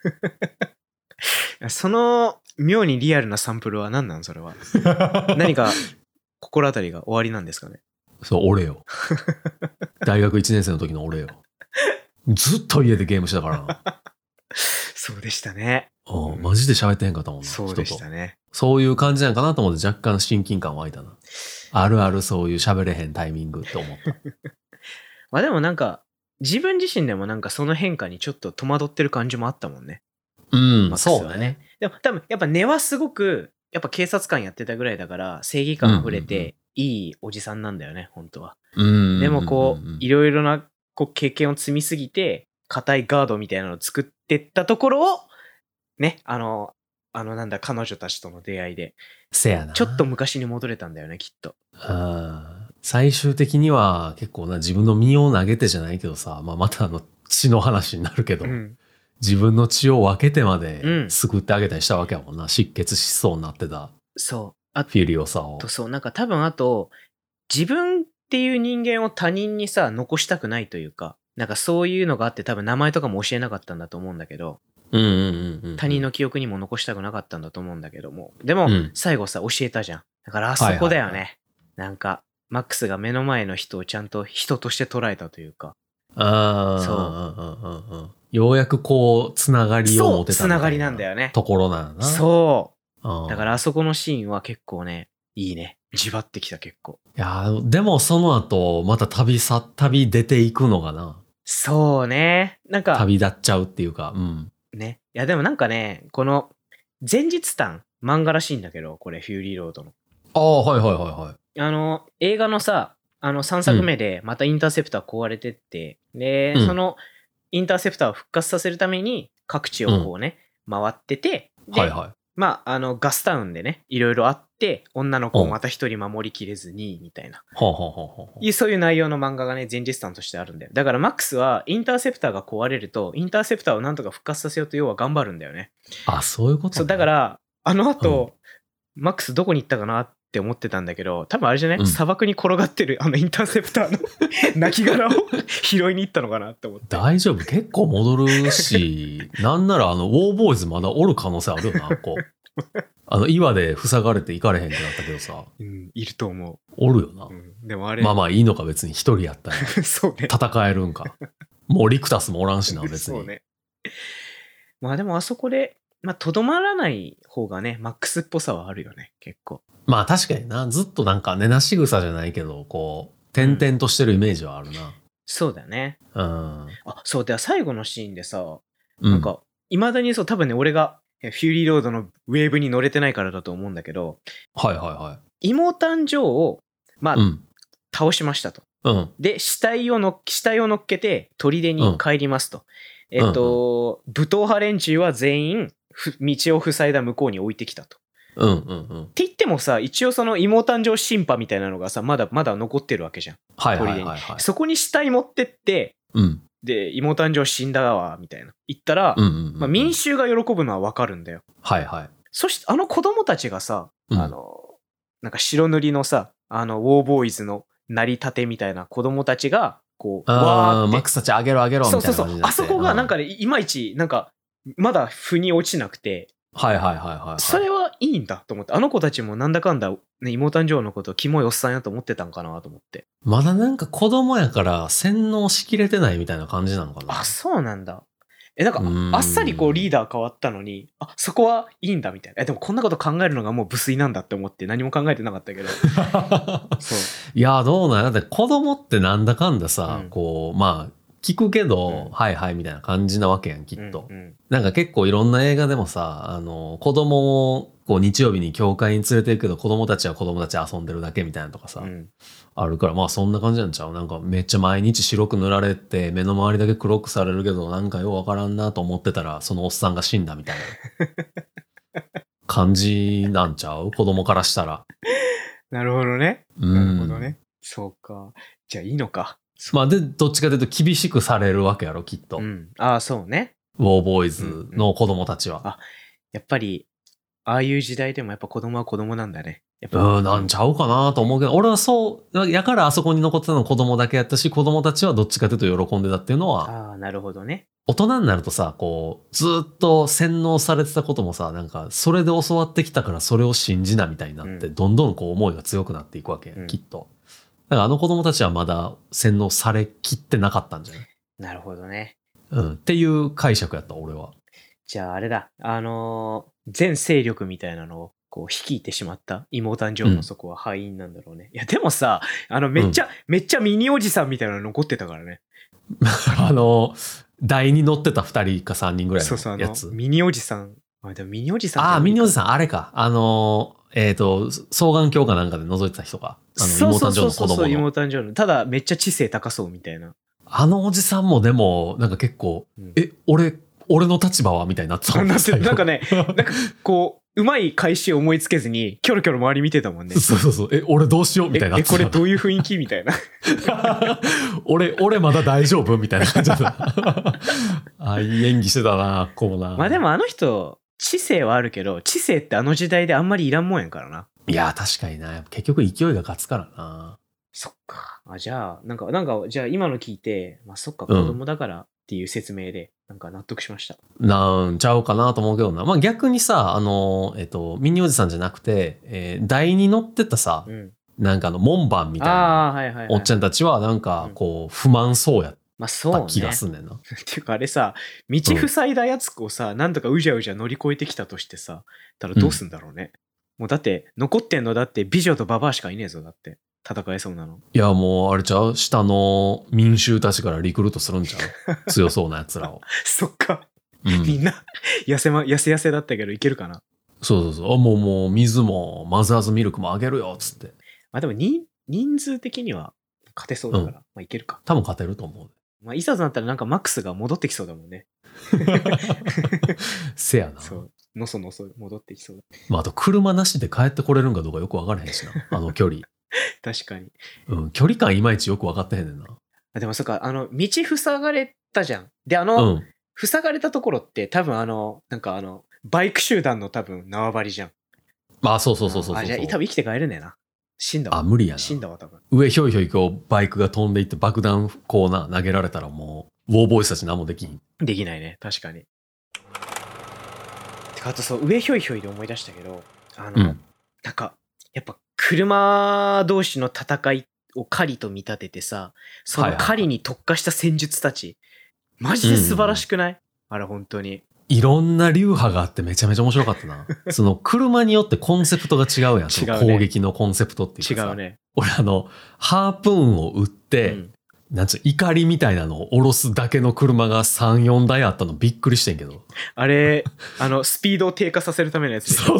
な。その妙にリアルなサンプルは何なんそれは。何か心当たりが終わりなんですかね。 そう、俺よ。大学1年生の時の俺よ。ずっと家でゲームしてたからな。 そうでしたね。 マジで喋ってへんかったもんな。 そうでしたね。 そういう感じなんかなと思って若干親近感湧いたな。あるあるそういう喋れへんタイミングって思った。 まあでもなんか自分自身でもなんかその変化にちょっと戸惑ってる感じもあったもんね。 そうだね。 でも多分やっぱ根はすごくやっぱ警察官やってたぐらいだから正義感あふれていいおじさんなんだよね本当は。でもこういろいろなこう経験を積みすぎて硬いガードみたいなのを作ってったところをねなんだ彼女たちとの出会いでせやなちょっと昔に戻れたんだよねきっと。 最終的には結構な自分の身を投げてじゃないけどさ、また血の話になるけど、自分の血を分けてまで救ってあげたりしたわけやもんな。失血しそうになってたそうフィリオさを。 そうなんか多分あと自分っていう人間を他人にさ残したくないというかなんかそういうのがあって多分名前とかも教えなかったんだと思うんだけど他人の記憶にも残したくなかったんだと思うんだけどもでも最後さ教えたじゃん。だからあそこだよね、なんかマックスが目の前の人をちゃんと人として捉えたというかようやくこう、つながりを持てたつながりなんだよね。 ところなんだな。 そう。だからあそこのシーンは結構ね、いいね。じわってきた結構。 いや、でもその後、また旅出ていくのがな。 そうね。なんか。 旅立っちゃうっていうか、うん。 ね。いやでもなんかね、この、前日譚、漫画らしいんだけど、これ、フューリーロードの。 ああ、はいはいはいはい。 映画のさ、3作目でまたインターセプター壊れてって、で、そのインターセプターを復活させるために各地をこうね、回ってて、で、 はいはい。 まあ、ガスタウンでね、いろいろあって、女の子をまた一人守りきれずに、みたいな。そういう内容の漫画がね、前日譚としてあるんだよ。だからマックスは、インターセプターが壊れると、インターセプターをなんとか復活させようと要は頑張るんだよね。 あ、そういうこと、ね、 そう、だから、後、マックスどこに行ったかなって思ってたんだけど、多分あれじゃね、砂漠に転がってるインターセプターの亡骸を拾いに行ったのかなって思って。 大丈夫、結構戻るし、なんならウォーボーイズまだおる可能性あるよな、こう。岩で塞がれて行かれへんってなったけどさ。 うん、いると思う。 おるよな。 でもあれ。 まあまあいいのか別に一人やったら。 そうね。 戦えるんか。もうリクタスもおらんしな、別に。 そうね。まあでもあそこで、とどまらない方がね、マックスっぽさはあるよね、結構。 まあ確かにな、ずっとなんか根なし草じゃないけど、こう、点々としてるイメージはあるな。 そうだね。 うん。 そうだ、最後のシーンでさ、なんか、未だにそう、多分ね、俺が、フューリーロードのウェーブに乗れてないからだと思うんだけど、 はいはいはい。 妹誕生を、倒しましたと。で、死体を乗っけて、砦に帰りますと。武闘派連中は全員、道を塞いだ向こうに置いてきたと。って言ってもさ、一応その妹誕生神話みたいなのがさ、まだ残ってるわけじゃん。砦に。そこに死体持ってって、で、妹誕生死んだわ、みたいな。言ったら、民衆が喜ぶのはわかるんだよ。 はいはい。 そして、子供たちがさ、なんか白塗りのさ、ウォーボーイズの成り立てみたいな子供たちが、こう、 わーって。マックスたちあげろあげろみたいな感じになって。 そう。あそこがなんかね、いまいち、なんか、まだ腑に落ちなくて。 はいはいはいはい。 それはいいんだと思って。あの子たちもなんだかんだ、ね、妹誕生のことキモいおっさんやと思ってたんかなと思って。 まだなんか子供やから洗脳しきれてないみたいな感じなのかな。 あ、そうなんだ。なんか、あっさりこうリーダー変わったのに、そこはいいんだみたいな。でもこんなこと考えるのがもう無粋なんだって思って何も考えてなかったけど。 そう。いや、どうなんや。だって子供ってなんだかんださ、こう、まあ、聞くけど、はいはいみたいな感じなわけやん、きっと。なんか結構いろんな映画でもさ、子供をこう日曜日に教会に連れて行くけど、子供たちは子供たち遊んでるだけみたいなとかさ、あるから、まあそんな感じなんちゃう？なんかめっちゃ毎日白く塗られて、目の周りだけ黒くされるけど、なんかようわからんなと思ってたら、そのおっさんが死んだみたいな感じなんちゃう？子供からしたら。 なるほどね。なるほどね。そうか。じゃあいいのか。 まあで、どっちかというと厳しくされるわけやろ、きっと。 ああ、そうね。 ウォーボーイズの子供たちは。 やっぱり、ああいう時代でもやっぱ子供は子供なんだね。 なんちゃうかなと思うけど、俺はそう、やからあそこに残ってたのは子供だけやったし、子供たちはどっちかというと喜んでたっていうのは。 ああ、なるほどね。 大人になるとさ、こう、ずっと洗脳されてたこともさ、なんか、それで教わってきたからそれを信じなみたいになって、どんどんこう思いが強くなっていくわけ、きっと。だから子供たちはまだ洗脳されきってなかったんじゃない？ なるほどね。 っていう解釈やった、俺は。 じゃああれだ、全勢力みたいなのをこう率いてしまった妹誕生のそこは敗因なんだろうね。いやでもさ、めっちゃミニおじさんみたいなの残ってたからね。 台に乗ってた2人か3人ぐらいのやつ。 ミニおじさん。でもミニおじさん。 ミニおじさん、あれか。双眼鏡かなんかで覗いてた人か。妹誕生の子供の。 妹誕生の。ただめっちゃ知性高そうみたいな。 あのおじさんもでも、なんか結構、俺の立場はみたいになってたもんね。 なんかね、なんかこう、うまい返しを思いつけずに、キョロキョロ周り見てたもんね。 そう。俺どうしようみたいな。 これどういう雰囲気みたいな。 俺まだ大丈夫みたいな感じだった。いい演技してたな、こうな。 まあでもあの人、知性はあるけど、知性ってあの時代であんまりいらんもんやからな。 いや、確かにな。結局勢いが勝つからな。 そっか。じゃあ、なんか、じゃあ今の聞いて、そっか、子供だからっていう説明で、なんか納得しました。 なんちゃうかなと思うけどな。まあ逆にさ、ミニおじさんじゃなくて、台に乗ってたさ、なんか門番みたいな、おっちゃんたちはなんかこう、不満そうやっまあそうね。 気がすんねんな。 っていうかあれさ、道塞いだやつをさ、なんとかうじゃうじゃ乗り越えてきたとしてさ、たらどうすんだろうね。もうだって、残ってんのだって美女とババアしかいねえぞ、だって。戦えそうなの。 いやもうあれちゃう、下の民衆たちからリクルートするんちゃう強そうな奴らを。 そっか。みんな、痩せだったけどいけるかな。 そう。もう水もマザーズミルクもあげるよ、つって。 まあでも人数的には勝てそうだから、まあいけるか。 多分勝てると思う。 まあいざとなったらなんかマックスが戻ってきそうだもんね。 せやな。 そう。のそ戻ってきそうだ。 まああと車なしで帰ってこれるんかどうかよく分からへんしな。あの距離。 確かに。 距離感いまいちよく分かってへんねんな。 でもそっか、道塞がれたじゃん。で、塞がれたところって多分なんかバイク集団の多分縄張りじゃん。 まあそう。じゃあ多分生きて帰れねえな。死んだわ。 無理やな。 死んだわ多分。 上ひょいひょいこうバイクが飛んでいって爆弾こうな投げられたらもうウォーボーイスたち何もできん。 できないね、確かに。てかあとそう上ひょいひょいで思い出したけど、なんかやっぱ車同士の戦いを狩りと見立ててさ、その狩りに特化した戦術たち、マジで素晴らしくない？あれ本当に。 いろんな流派があってめちゃめちゃ面白かったな。その車によってコンセプトが違うやん。その攻撃のコンセプトっていうかさ。 違うね。 俺ハープーンを撃って、なんつう怒りみたいなのを下ろすだけの車が3、4台あったのびっくりしてんけど。 あれ、スピードを低下させるためのやつでそう。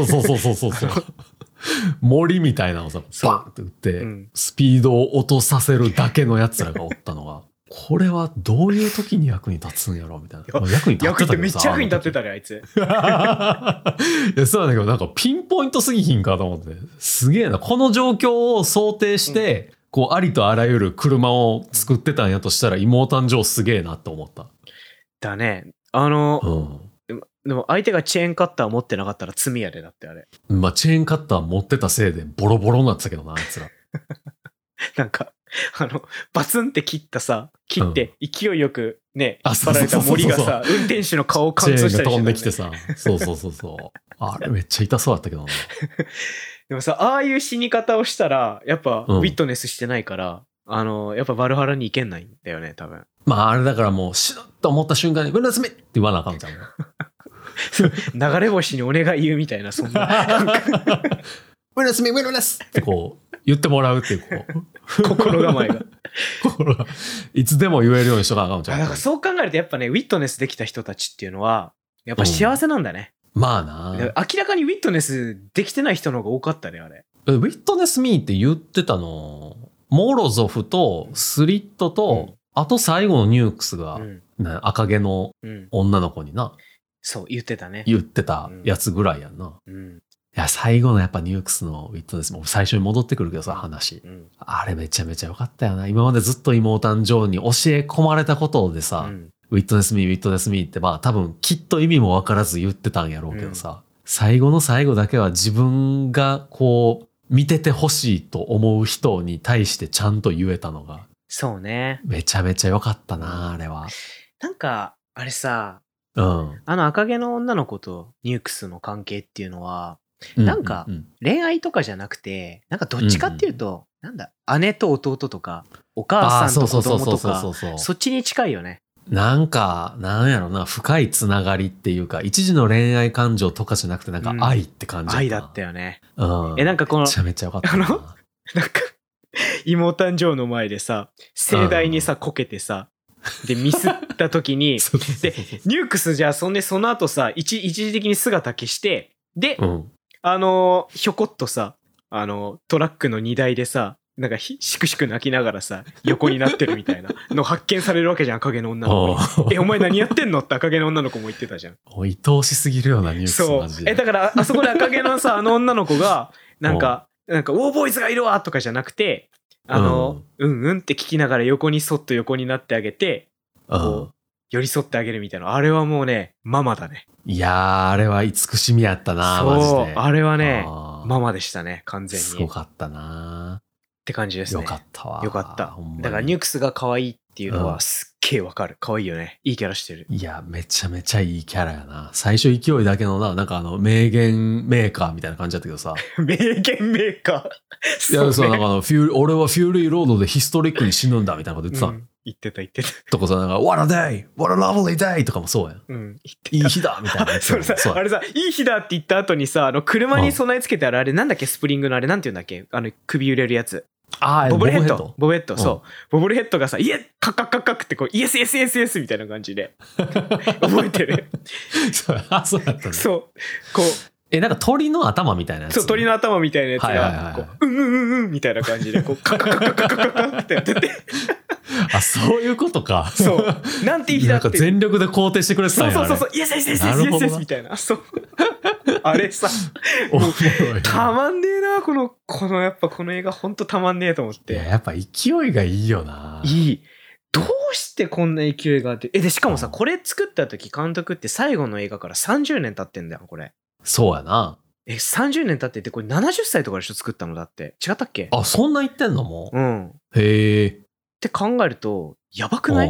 森みたいなのをさ、バーンって撃って、スピードを落とさせるだけのやつらがおったのが、これはどういう時に役に立つんやろみたいな。役に立ってたけどさ。 めっちゃ役に立ってたね、あいつ。 いや、そうだけど、なんかピンポイントすぎひんかと思って。すげえな。この状況を想定して、こう、ありとあらゆる車を作ってたんやとしたら、妹誕生すげえなって思った。 だね。でも相手がチェーンカッター持ってなかったら罪やで、だってあれ。 まあ、チェーンカッター持ってたせいでボロボロになってたけどな、あいつら。 なんか、バツンって切って勢いよくね、引っ張られた森がさ、運転手の顔を貫通したりして、 飛んできてさ、そう。あれめっちゃ痛そうだったけどな。 でもさ、ああいう死に方をしたら、やっぱ、ウィットネスしてないから、やっぱバルハラに行けないんだよね、多分。 まあ、あれだからもう、死ぬと思った瞬間に、ウェルスミって言わなあかんじゃん。 流れ星にお願い言うみたいな、そんな。 ウェルスってこう、言ってもらうっていう、こう。 心構えが。 いつでも言えるようにしとかなあかんじゃん。 だからそう考えるとやっぱね、ウィットネスできた人たちっていうのは、やっぱ幸せなんだね。 まあな。 明らかにウィットネスできてない人の方が多かったね、あれ。 ウィットネスミーって言ってたの、モロゾフとスリットと、あと最後のニュークスが、赤毛の女の子にな。 そう、言ってたね。 言ってたやつぐらいやんな。いや、最後のやっぱニュークスのウィットネスも最初に戻ってくるけどさ、話。あれめちゃめちゃ良かったよな。今までずっと妹誕生に教え込まれたことでさ、ウィットネスミーってまあ多分きっと意味も分からず言ってたんやろうけどさ、最後の最後だけは自分がこう見ててほしいと思う人に対してちゃんと言えたのが。 そうね。 めちゃめちゃ良かったな、あれは。 なんか、あれさ、赤毛の女の子とニュークスの関係っていうのは、なんか恋愛とかじゃなくて、なんかどっちかっていうと、なんだ、姉と弟とか、お母さんと子供とか、そっちに近いよね。 なんか、なんやろな、深いつながりっていうか、一時の恋愛感情とかじゃなくて、なんか愛って感じ、 愛だったよね。 なんかこの、めちゃめちゃよかったな。 なんか、妹誕生の前でさ、盛大にさ、こけてさ、で、ミスった時に、で、ニュークスじゃあ、その後さ、一時的に姿消して、で、ひょこっとさ、トラックの荷台でさ、なんかしくしく泣きながらさ、横になってるみたいなの発見されるわけじゃん、赤毛の女の子に。お前何やってんのって赤毛の女の子も言ってたじゃん。 愛おしすぎるようなニュースマジで。 だから、あそこで赤毛のさ、女の子が、なんか、ウォーボーイズがいるわとかじゃなくて、うんって聞きながら横にそっと横になってあげて、こう、寄り添ってあげるみたいな。あれはもうね、ママだね。 いやー、あれは慈しみやったな、マジで。 あれはね、ママでしたね、完全に。 すごかったなって感じですね。 よかったわ。 よかった。だからニュークスが可愛いっていうのはすっげえわかる。可愛いよね。いいキャラしてる。 いや、めちゃめちゃいいキャラやな。最初勢いだけのなんか名言メーカーみたいな感じだったけどさ。 名言メーカーいや、そう、なんか俺はフューリーロードでヒストリックに死ぬんだみたいなこと言ってた。 言ってた。 とかさ、なんか、What a day! What a lovely day! とかもそうやん。 うん。 いい日だみたいなやつ。 それさ、あれさ、いい日だって言った後にさ、車に備え付けてあれなんだっけ、スプリングのあれ、なんて言うんだっけ、首揺れるやつ。ボブルヘッド。そう。ボブルヘッドがさ、イエッカッカッカッカッってこう、イエスイエスイエスイエスみたいな感じで。覚えてるそうやったね。 そう。こう。 なんか鳥の頭みたいなやつ。 そう、鳥の頭みたいなやつが、こう、うんみたいな感じで、こう、カッカッカッカッカッカッカッってやってて。 あ、そういうことか。 そう。なんていい日だって。 なんか全力で肯定してくれてたんや。 そう。イエスイエスイエスイエスイエスみたいな。そう。あれさ、もうたまんねえな、このやっぱこの映画ほんとたまんねえと思って。 やっぱ勢いがいいよな。 いい。どうしてこんな勢いがあって。で、しかもさ、これ作った時監督って最後の映画から30年経ってんだよ、これ。 そうやな。 30年経ってて、これ70歳とかでしょ、作ったのだって。違ったっけ？ あ、そんな言ってんのもう。 うん。 へえ。 って考えると、やばくない？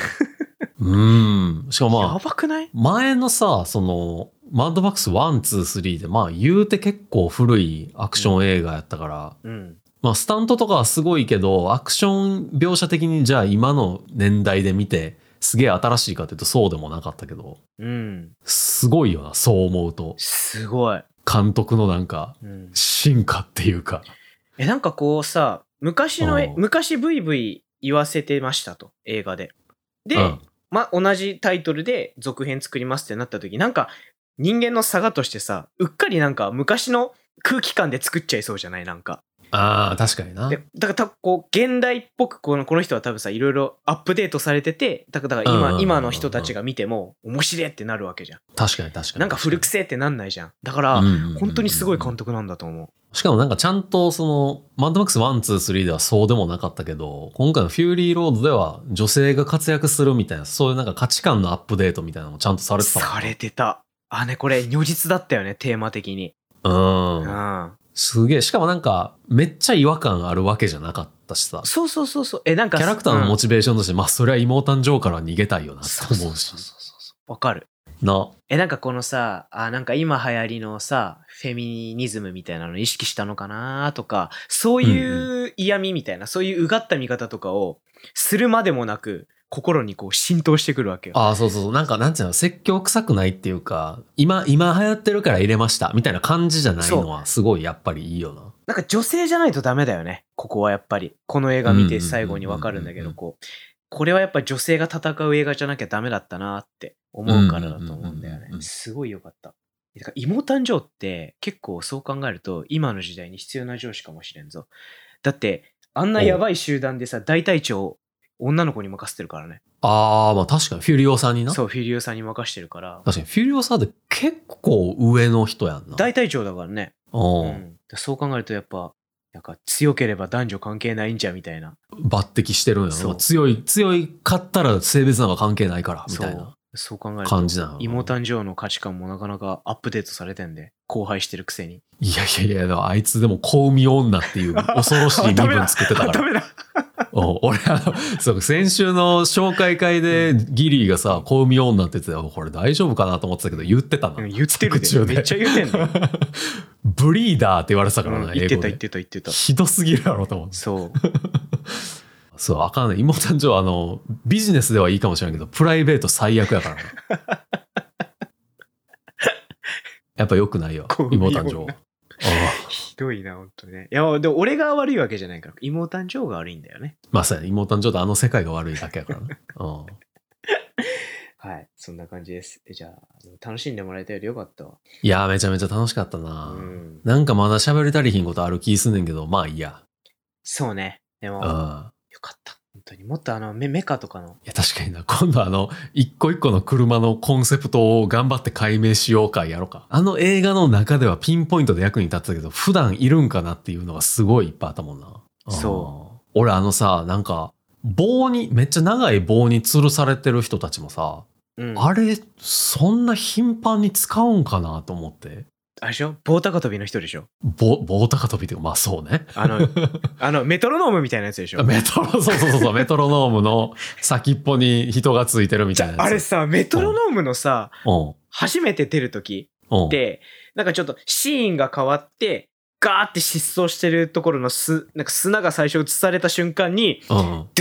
しかもまあ、 やばくない？ 前のさ、マッドマックス1、2、3で、まあ言うて結構古いアクション映画やったから、まあスタントとかはすごいけど、アクション描写的にじゃあ今の年代で見て、すげえ新しいかというとそうでもなかったけど、すごいよな、そう思うと。 すごい。 監督のなんか、進化っていうか。 なんかこうさ、昔ブイブイ言わせてましたと、映画で。で、まあ、同じタイトルで続編作りますってなった時、なんか人間の差がとしてさ、うっかりなんか昔の空気感で作っちゃいそうじゃない？なんか。 ああ、確かにな。 でだからこう、現代っぽくこの人は多分さ、いろいろアップデートされてて、だから今の人たちが見ても面白いってなるわけじゃん。 確かに。 なんか古くせえってなんないじゃん。だから、本当にすごい監督なんだと思う。 しかもなんかちゃんとマッドマックス1、2、3ではそうでもなかったけど、今回のフューリーロードでは女性が活躍するみたいな、そういうなんか価値観のアップデートみたいなのもちゃんとされてた。 されてた。これ如実だったよね、テーマ的に。 すげえ。しかもなんか、めっちゃ違和感あるわけじゃなかったしさ。 そう。なんか、 キャラクターのモチベーションとして、まあ、それは妹ジョーから逃げたいよなって思うし。 わかる。なんかこのさ、なんか今流行りのさ、フェミニズムみたいなのを意識したのかなとか、そういう嫌味みたいな、そういううがった見方とかをするまでもなく、心にこう浸透してくるわけよ。 そう。なんかなんていうの、説教臭くないっていうか、今流行ってるから入れましたみたいな感じじゃないのはすごいやっぱりいいよな。 なんか女性じゃないとダメだよね。ここはやっぱり。この映画見て最後にわかるんだけど、これはやっぱり女性が戦う映画じゃなきゃダメだったなって思うからだと思うんだよね。すごいよかった。だから妹誕生って結構そう考えると今の時代に必要な上司かもしれんぞ。だってあんなやばい集団でさ、大隊長女の子に任せてるからね。 まあ確かにフュリオさんにな。 そう、フュリオさんに任してるから。 確かにフュリオさんって結構上の人やんな。 大隊長だからね。そう考えるとやっぱなんか強ければ男女関係ないんじゃみたいな。 抜擢してるんやろ。強いかったら性別なんか関係ないからみたいな。 そう考えると妹誕生の価値観もなかなかアップデートされてんで、荒廃してるくせに。 いや、あいつでも小海女っていう恐ろしい身分作ってたから。 ダメだ。 俺そう先週の紹介会でギリーがさ、小海女って言ってた、これ大丈夫かなと思ってたけど言ってたな。 言ってるで。めっちゃ言ってんの。 ブリーダーって言われてたからな、 言ってた。 ひどすぎるやろと思って。 そう。 そう、あかんね。妹誕生ビジネスではいいかもしれんけど、プライベート最悪やからな。やっぱ良くないよ、妹誕生。 ひどいな、ほんとね。いや、でも俺が悪いわけじゃないから、妹誕生が悪いんだよね。 まさに妹誕生と世界が悪いだけやからね。 はい、そんな感じです。じゃあ、楽しんでもらえたよりよかったわ。 いやー、めちゃめちゃ楽しかったな。なんかまだ喋り足りひんことある気すんねんけど、まあいいや。 そうね。でも、よかった。本当にもっとメカとかの。 いや、確かにな。今度一個一個の車のコンセプトを頑張って解明しようかやろうか。映画の中ではピンポイントで役に立ってたけど、普段いるんかなっていうのがすごいいっぱいあったもんな。 そう。 俺なんか、めっちゃ長い棒に吊るされてる人たちもさ、あれ、そんな頻繁に使うんかなと思って。 あれでしょ？棒高跳びの人でしょ？ 棒高跳びっていうか、まあそうね。 メトロノームみたいなやつでしょ？ そう、メトロノームの先っぽに人がついてるみたいなやつ。 あれさ、メトロノームのさ、初めて出るときって、なんかちょっとシーンが変わって、ガーって疾走してるところのなんか砂が最初映された瞬間に、ドゥン、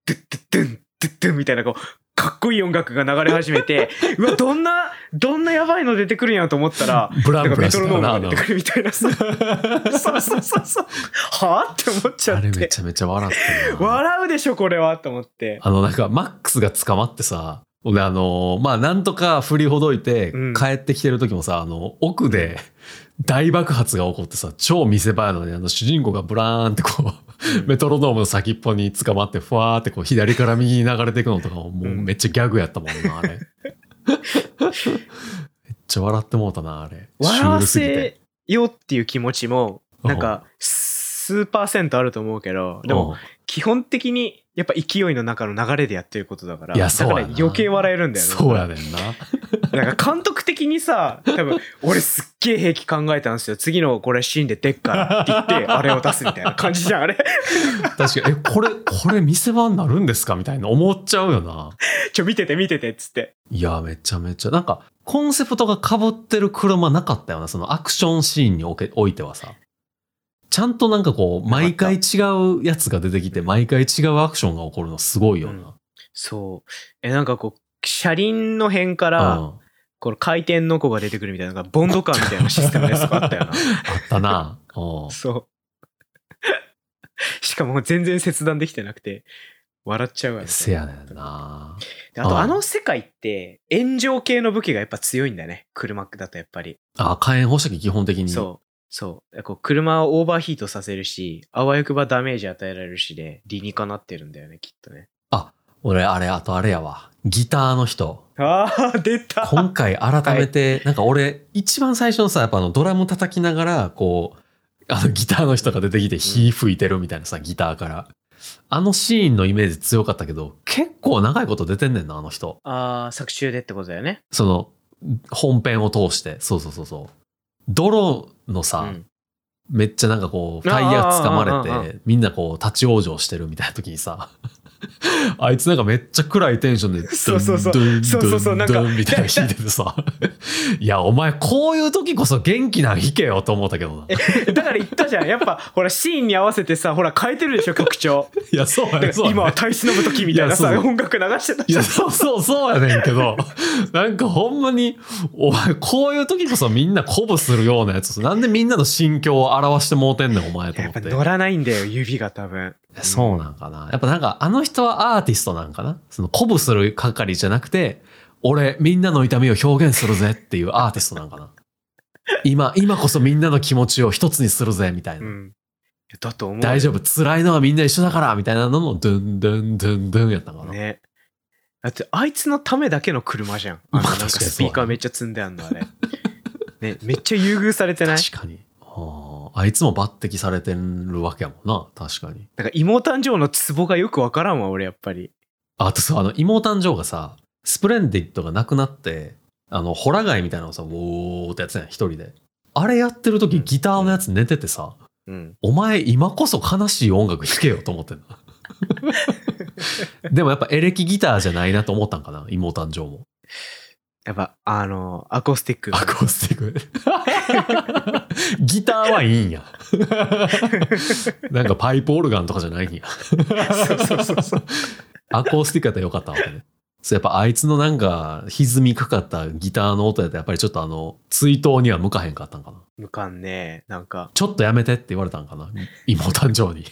ドゥッドゥッドゥンドゥッドゥンみたいなこうかっこいい音楽が流れ始めてうわどんなやばいの出てくるんやと思ったらブランブランメトロノームが出てくるみたいなさそうはぁって思っちゃって、 あれめちゃめちゃ笑ってるな。 笑うでしょこれはと思って、 なんかマックスが捕まってさ、俺まあなんとか振りほどいて帰ってきてる時もさ、奥で大爆発が起こってさ、超見せ場やのに主人公がブラーンってこうメトロノームの先っぽに捕まってふわーってこう左から右に流れていくのとかもうめっちゃギャグやったもんなあれ。めっちゃ笑ってもうたなあれ。 笑わせようっていう気持ちもなんか数%あると思うけど、でも基本的にやっぱ勢いの中の流れでやってることだから、 いやそうやな、 だから余計笑えるんだよね。 そうやねんな。 なんか監督的にさ、多分俺すっげえ兵器考えたんですよ、次のこれシーンで出っからって言ってあれを出すみたいな感じじゃんあれ。 確かにこれ見せ場になるんですかみたいな思っちゃうよな。 見ててっつって。 いやめちゃめちゃなんかコンセプトが被ってる車なかったよな、そのアクションシーンにおいてはさ。ちゃんとなんかこう毎回違うやつが出てきて毎回違うアクションが起こるのすごいよな。 そうなんかこう車輪の辺からこの回転の子が出てくるみたいな、ボンドカーみたいなシステムのやつがあったよな。 あったな。 そうしかも全然切断できてなくて笑っちゃうわね。 せやねんな。 あと世界って炎上系の武器がやっぱ強いんだよね、車だとやっぱり。 火炎放射器基本的に。 そうこう車をオーバーヒートさせるし、あわよくばダメージ与えられるしで理にかなってるんだよねきっとね。 俺あとあれやわ、ギターの人。 出た。 今回改めて、なんか俺一番最初のさ、やっぱドラム叩きながらこうギターの人が出てきて火吹いてるみたいなさ、ギターからシーンのイメージ強かったけど、結構長いこと出てんねんなあの人。 作中でってことだよね。 その本編を通して。そう泥のさ、めっちゃなんかこうタイヤ掴まれてみんなこう立ち往生してるみたいな時にさあいつなんかめっちゃ暗いテンションでそうなんかみたいな弾いててさいやお前こういう時こそ元気な弾けよと思ったけどな。 だから言ったじゃん、やっぱほらシーンに合わせてさ、ほら変えてるでしょ曲調。 いやそうやね、 今は耐え忍ぶ時みたいなさ音楽流してたじゃん。いやそうやねんけどなんかほんまにお前こういう時こそみんな鼓舞するようなやつ、なんでみんなの心境を表してもうてんねんお前と思って。 やっぱ乗らないんだよ指が多分。 そうなんかな。やっぱなんかあの人はアーティストなんかな。その鼓舞する係じゃなくて、俺みんなの痛みを表現するぜっていうアーティストなんかな。今こそみんなの気持ちを一つにするぜみたいな。 だと思う。 大丈夫、辛いのはみんな一緒だからみたいなののドゥンドゥンドゥンドゥンやったかな。ね。 だってあいつのためだけの車じゃん。なんかスピーカーめっちゃ積んであんのあれ。ね、めっちゃ優遇されてない？ 確かに。あいつも抜擢されてるわけやもんな。確かに。 だから妹誕生のツボがよくわからんわ俺やっぱり。 あとさ、妹誕生がさ、スプレンディッドがなくなってホラ貝みたいなのをさ、ウォーってやつやん一人で。あれやってる時ギターのやつ寝ててさ、お前今こそ悲しい音楽弾けよと思ってんな。でもやっぱエレキギターじゃないなと思ったんかな、妹誕生も。 やっぱアコースティック。 アコースティック。ギターはいいんや。なんかパイプオルガンとかじゃないんや。そう。アコースティックやったらよかったわけね。やっぱあいつのなんか歪みかかったギターの音やったらやっぱりちょっと追悼には向かへんかったんかな。 向かんね。なんかちょっとやめてって言われたんかな、妹誕生に。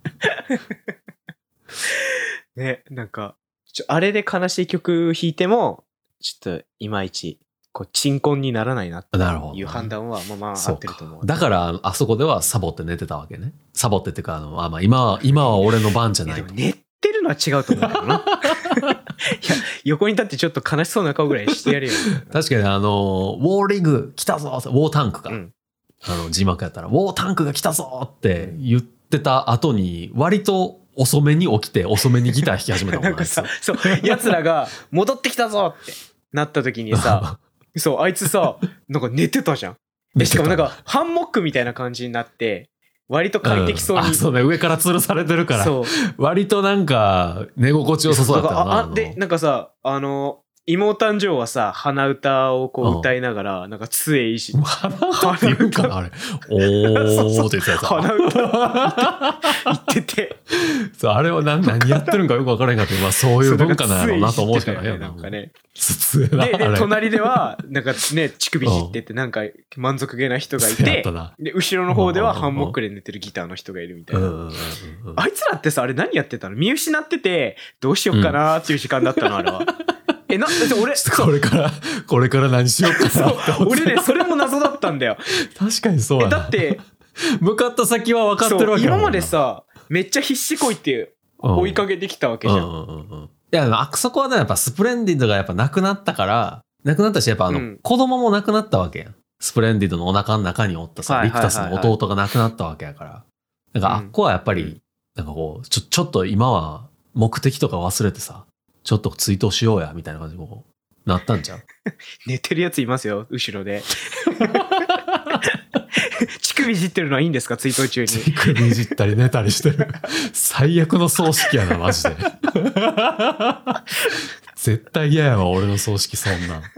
ね、なんかあれで悲しい曲弾いてもちょっといまいちこう鎮魂にならないなっていう判断はまあ合ってると思う。 だからあそこではサボって寝てたわけね。サボってっていうかまあ今は俺の番じゃない。 でも寝てるのは違うと思うんだよな。いや横に立ってちょっと悲しそうな顔ぐらいしてやるよ。 確かにウォーリング来たぞ、ウォータンクか、字幕やったらウォータンクが来たぞって言ってた後に割と遅めに起きて遅めにギター弾き始めたもんなんかさ、そう奴らが戻ってきたぞってなった時にさそうあいつさなんか寝てたじゃん。しかもなんかハンモックみたいな感じになって割と快適そうに、 そうね、上から吊るされてるから割となんか寝心地よさそうだったよな。 でなんかさ妹誕生はさ、鼻歌をこう歌いながら、なんか杖いじ鼻歌って言うかなあれ。おーって言ってたやつ。 鼻歌言ってて。 そう、あれは何やってるんかよく分からへんかったけど、まあそういう文化なんやろうなと思うしかないよなんかね。 杖な。 で、隣では、なんかね、乳首じってて、なんか満足げな人がいて、で、後ろの方ではハンモックで寝てるギターの人がいるみたいな。あいつらってさ、あれ何やってたの？見失ってて、どうしようかなーっていう時間だったの、あれは。俺、 これから何しようかなって思って。 俺ね、それも謎だったんだよ。 確かにそうやな。 だって、 向かった先は分かってるわけやもんな。 今までさ、めっちゃ必死こいって追いかけてきたわけじゃん。 いや、そこはね、やっぱスプレンディドがやっぱ亡くなったから、亡くなったし、やっぱ子供も亡くなったわけやん。スプレンディドのお腹の中におったさ、ビクタスの弟が亡くなったわけやから。なんかあっこはやっぱり、なんかこう、ちょっと今は目的とか忘れてさ、ちょっと追悼しようや、みたいな感じでこう、なったんちゃう？ 寝てるやついますよ、後ろで。乳首いじってるのはいいんですか、追悼中に。 乳首いじったり寝たりしてる。最悪の葬式やな、マジで。絶対嫌やわ、俺の葬式そんなん。や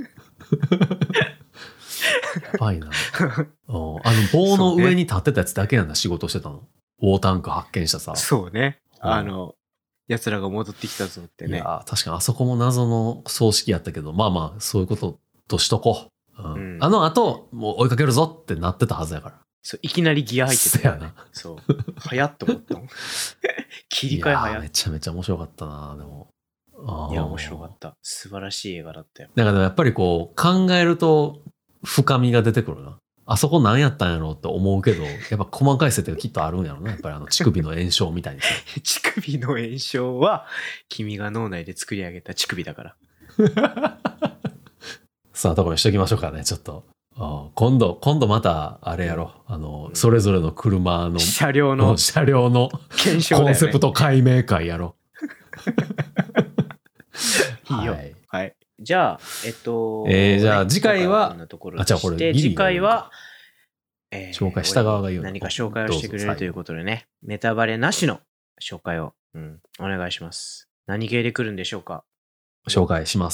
ばいな。棒の上に立ってたやつだけなんだ、仕事してたの。ウォータンク発見したさ。 そうね。奴らが戻ってきたぞってね。 いや、確かにあそこも謎の葬式やったけど、まあまあ、そういうこととしとこう。あの後、もう追いかけるぞってなってたはずやから。 そう、いきなりギア入ってたよね。そう。早っと思ったもん。切り替え早っ。 めちゃめちゃ面白かったな、でも。 いや、面白かった。素晴らしい映画だったよ。 だからやっぱりこう、考えると深みが出てくるな。あそこ何やったんやろうって思うけど、やっぱ細かい設定がきっとあるんやろな。やっぱり乳首の炎症みたいにさ。 乳首の炎症は、君が脳内で作り上げた乳首だから。 さあ、ところにしときましょうかね、ちょっと。今度また、あれやろ。それぞれの車の、 車両の検証、コンセプト解明会やろ。 いいよ。はい。じゃあ、 じゃあ次回は、 じゃあこれ、次回は、 紹介した側が言う何か紹介をしてくれるということでね、ネタバレなしの紹介を、お願いします。何系で来るんでしょうか？ 紹介します。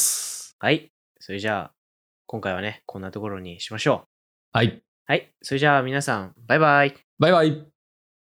はい。それじゃあ、今回はね、こんなところにしましょう。 はい。 はい。それじゃあ皆さん、バイバイ。 バイバイ。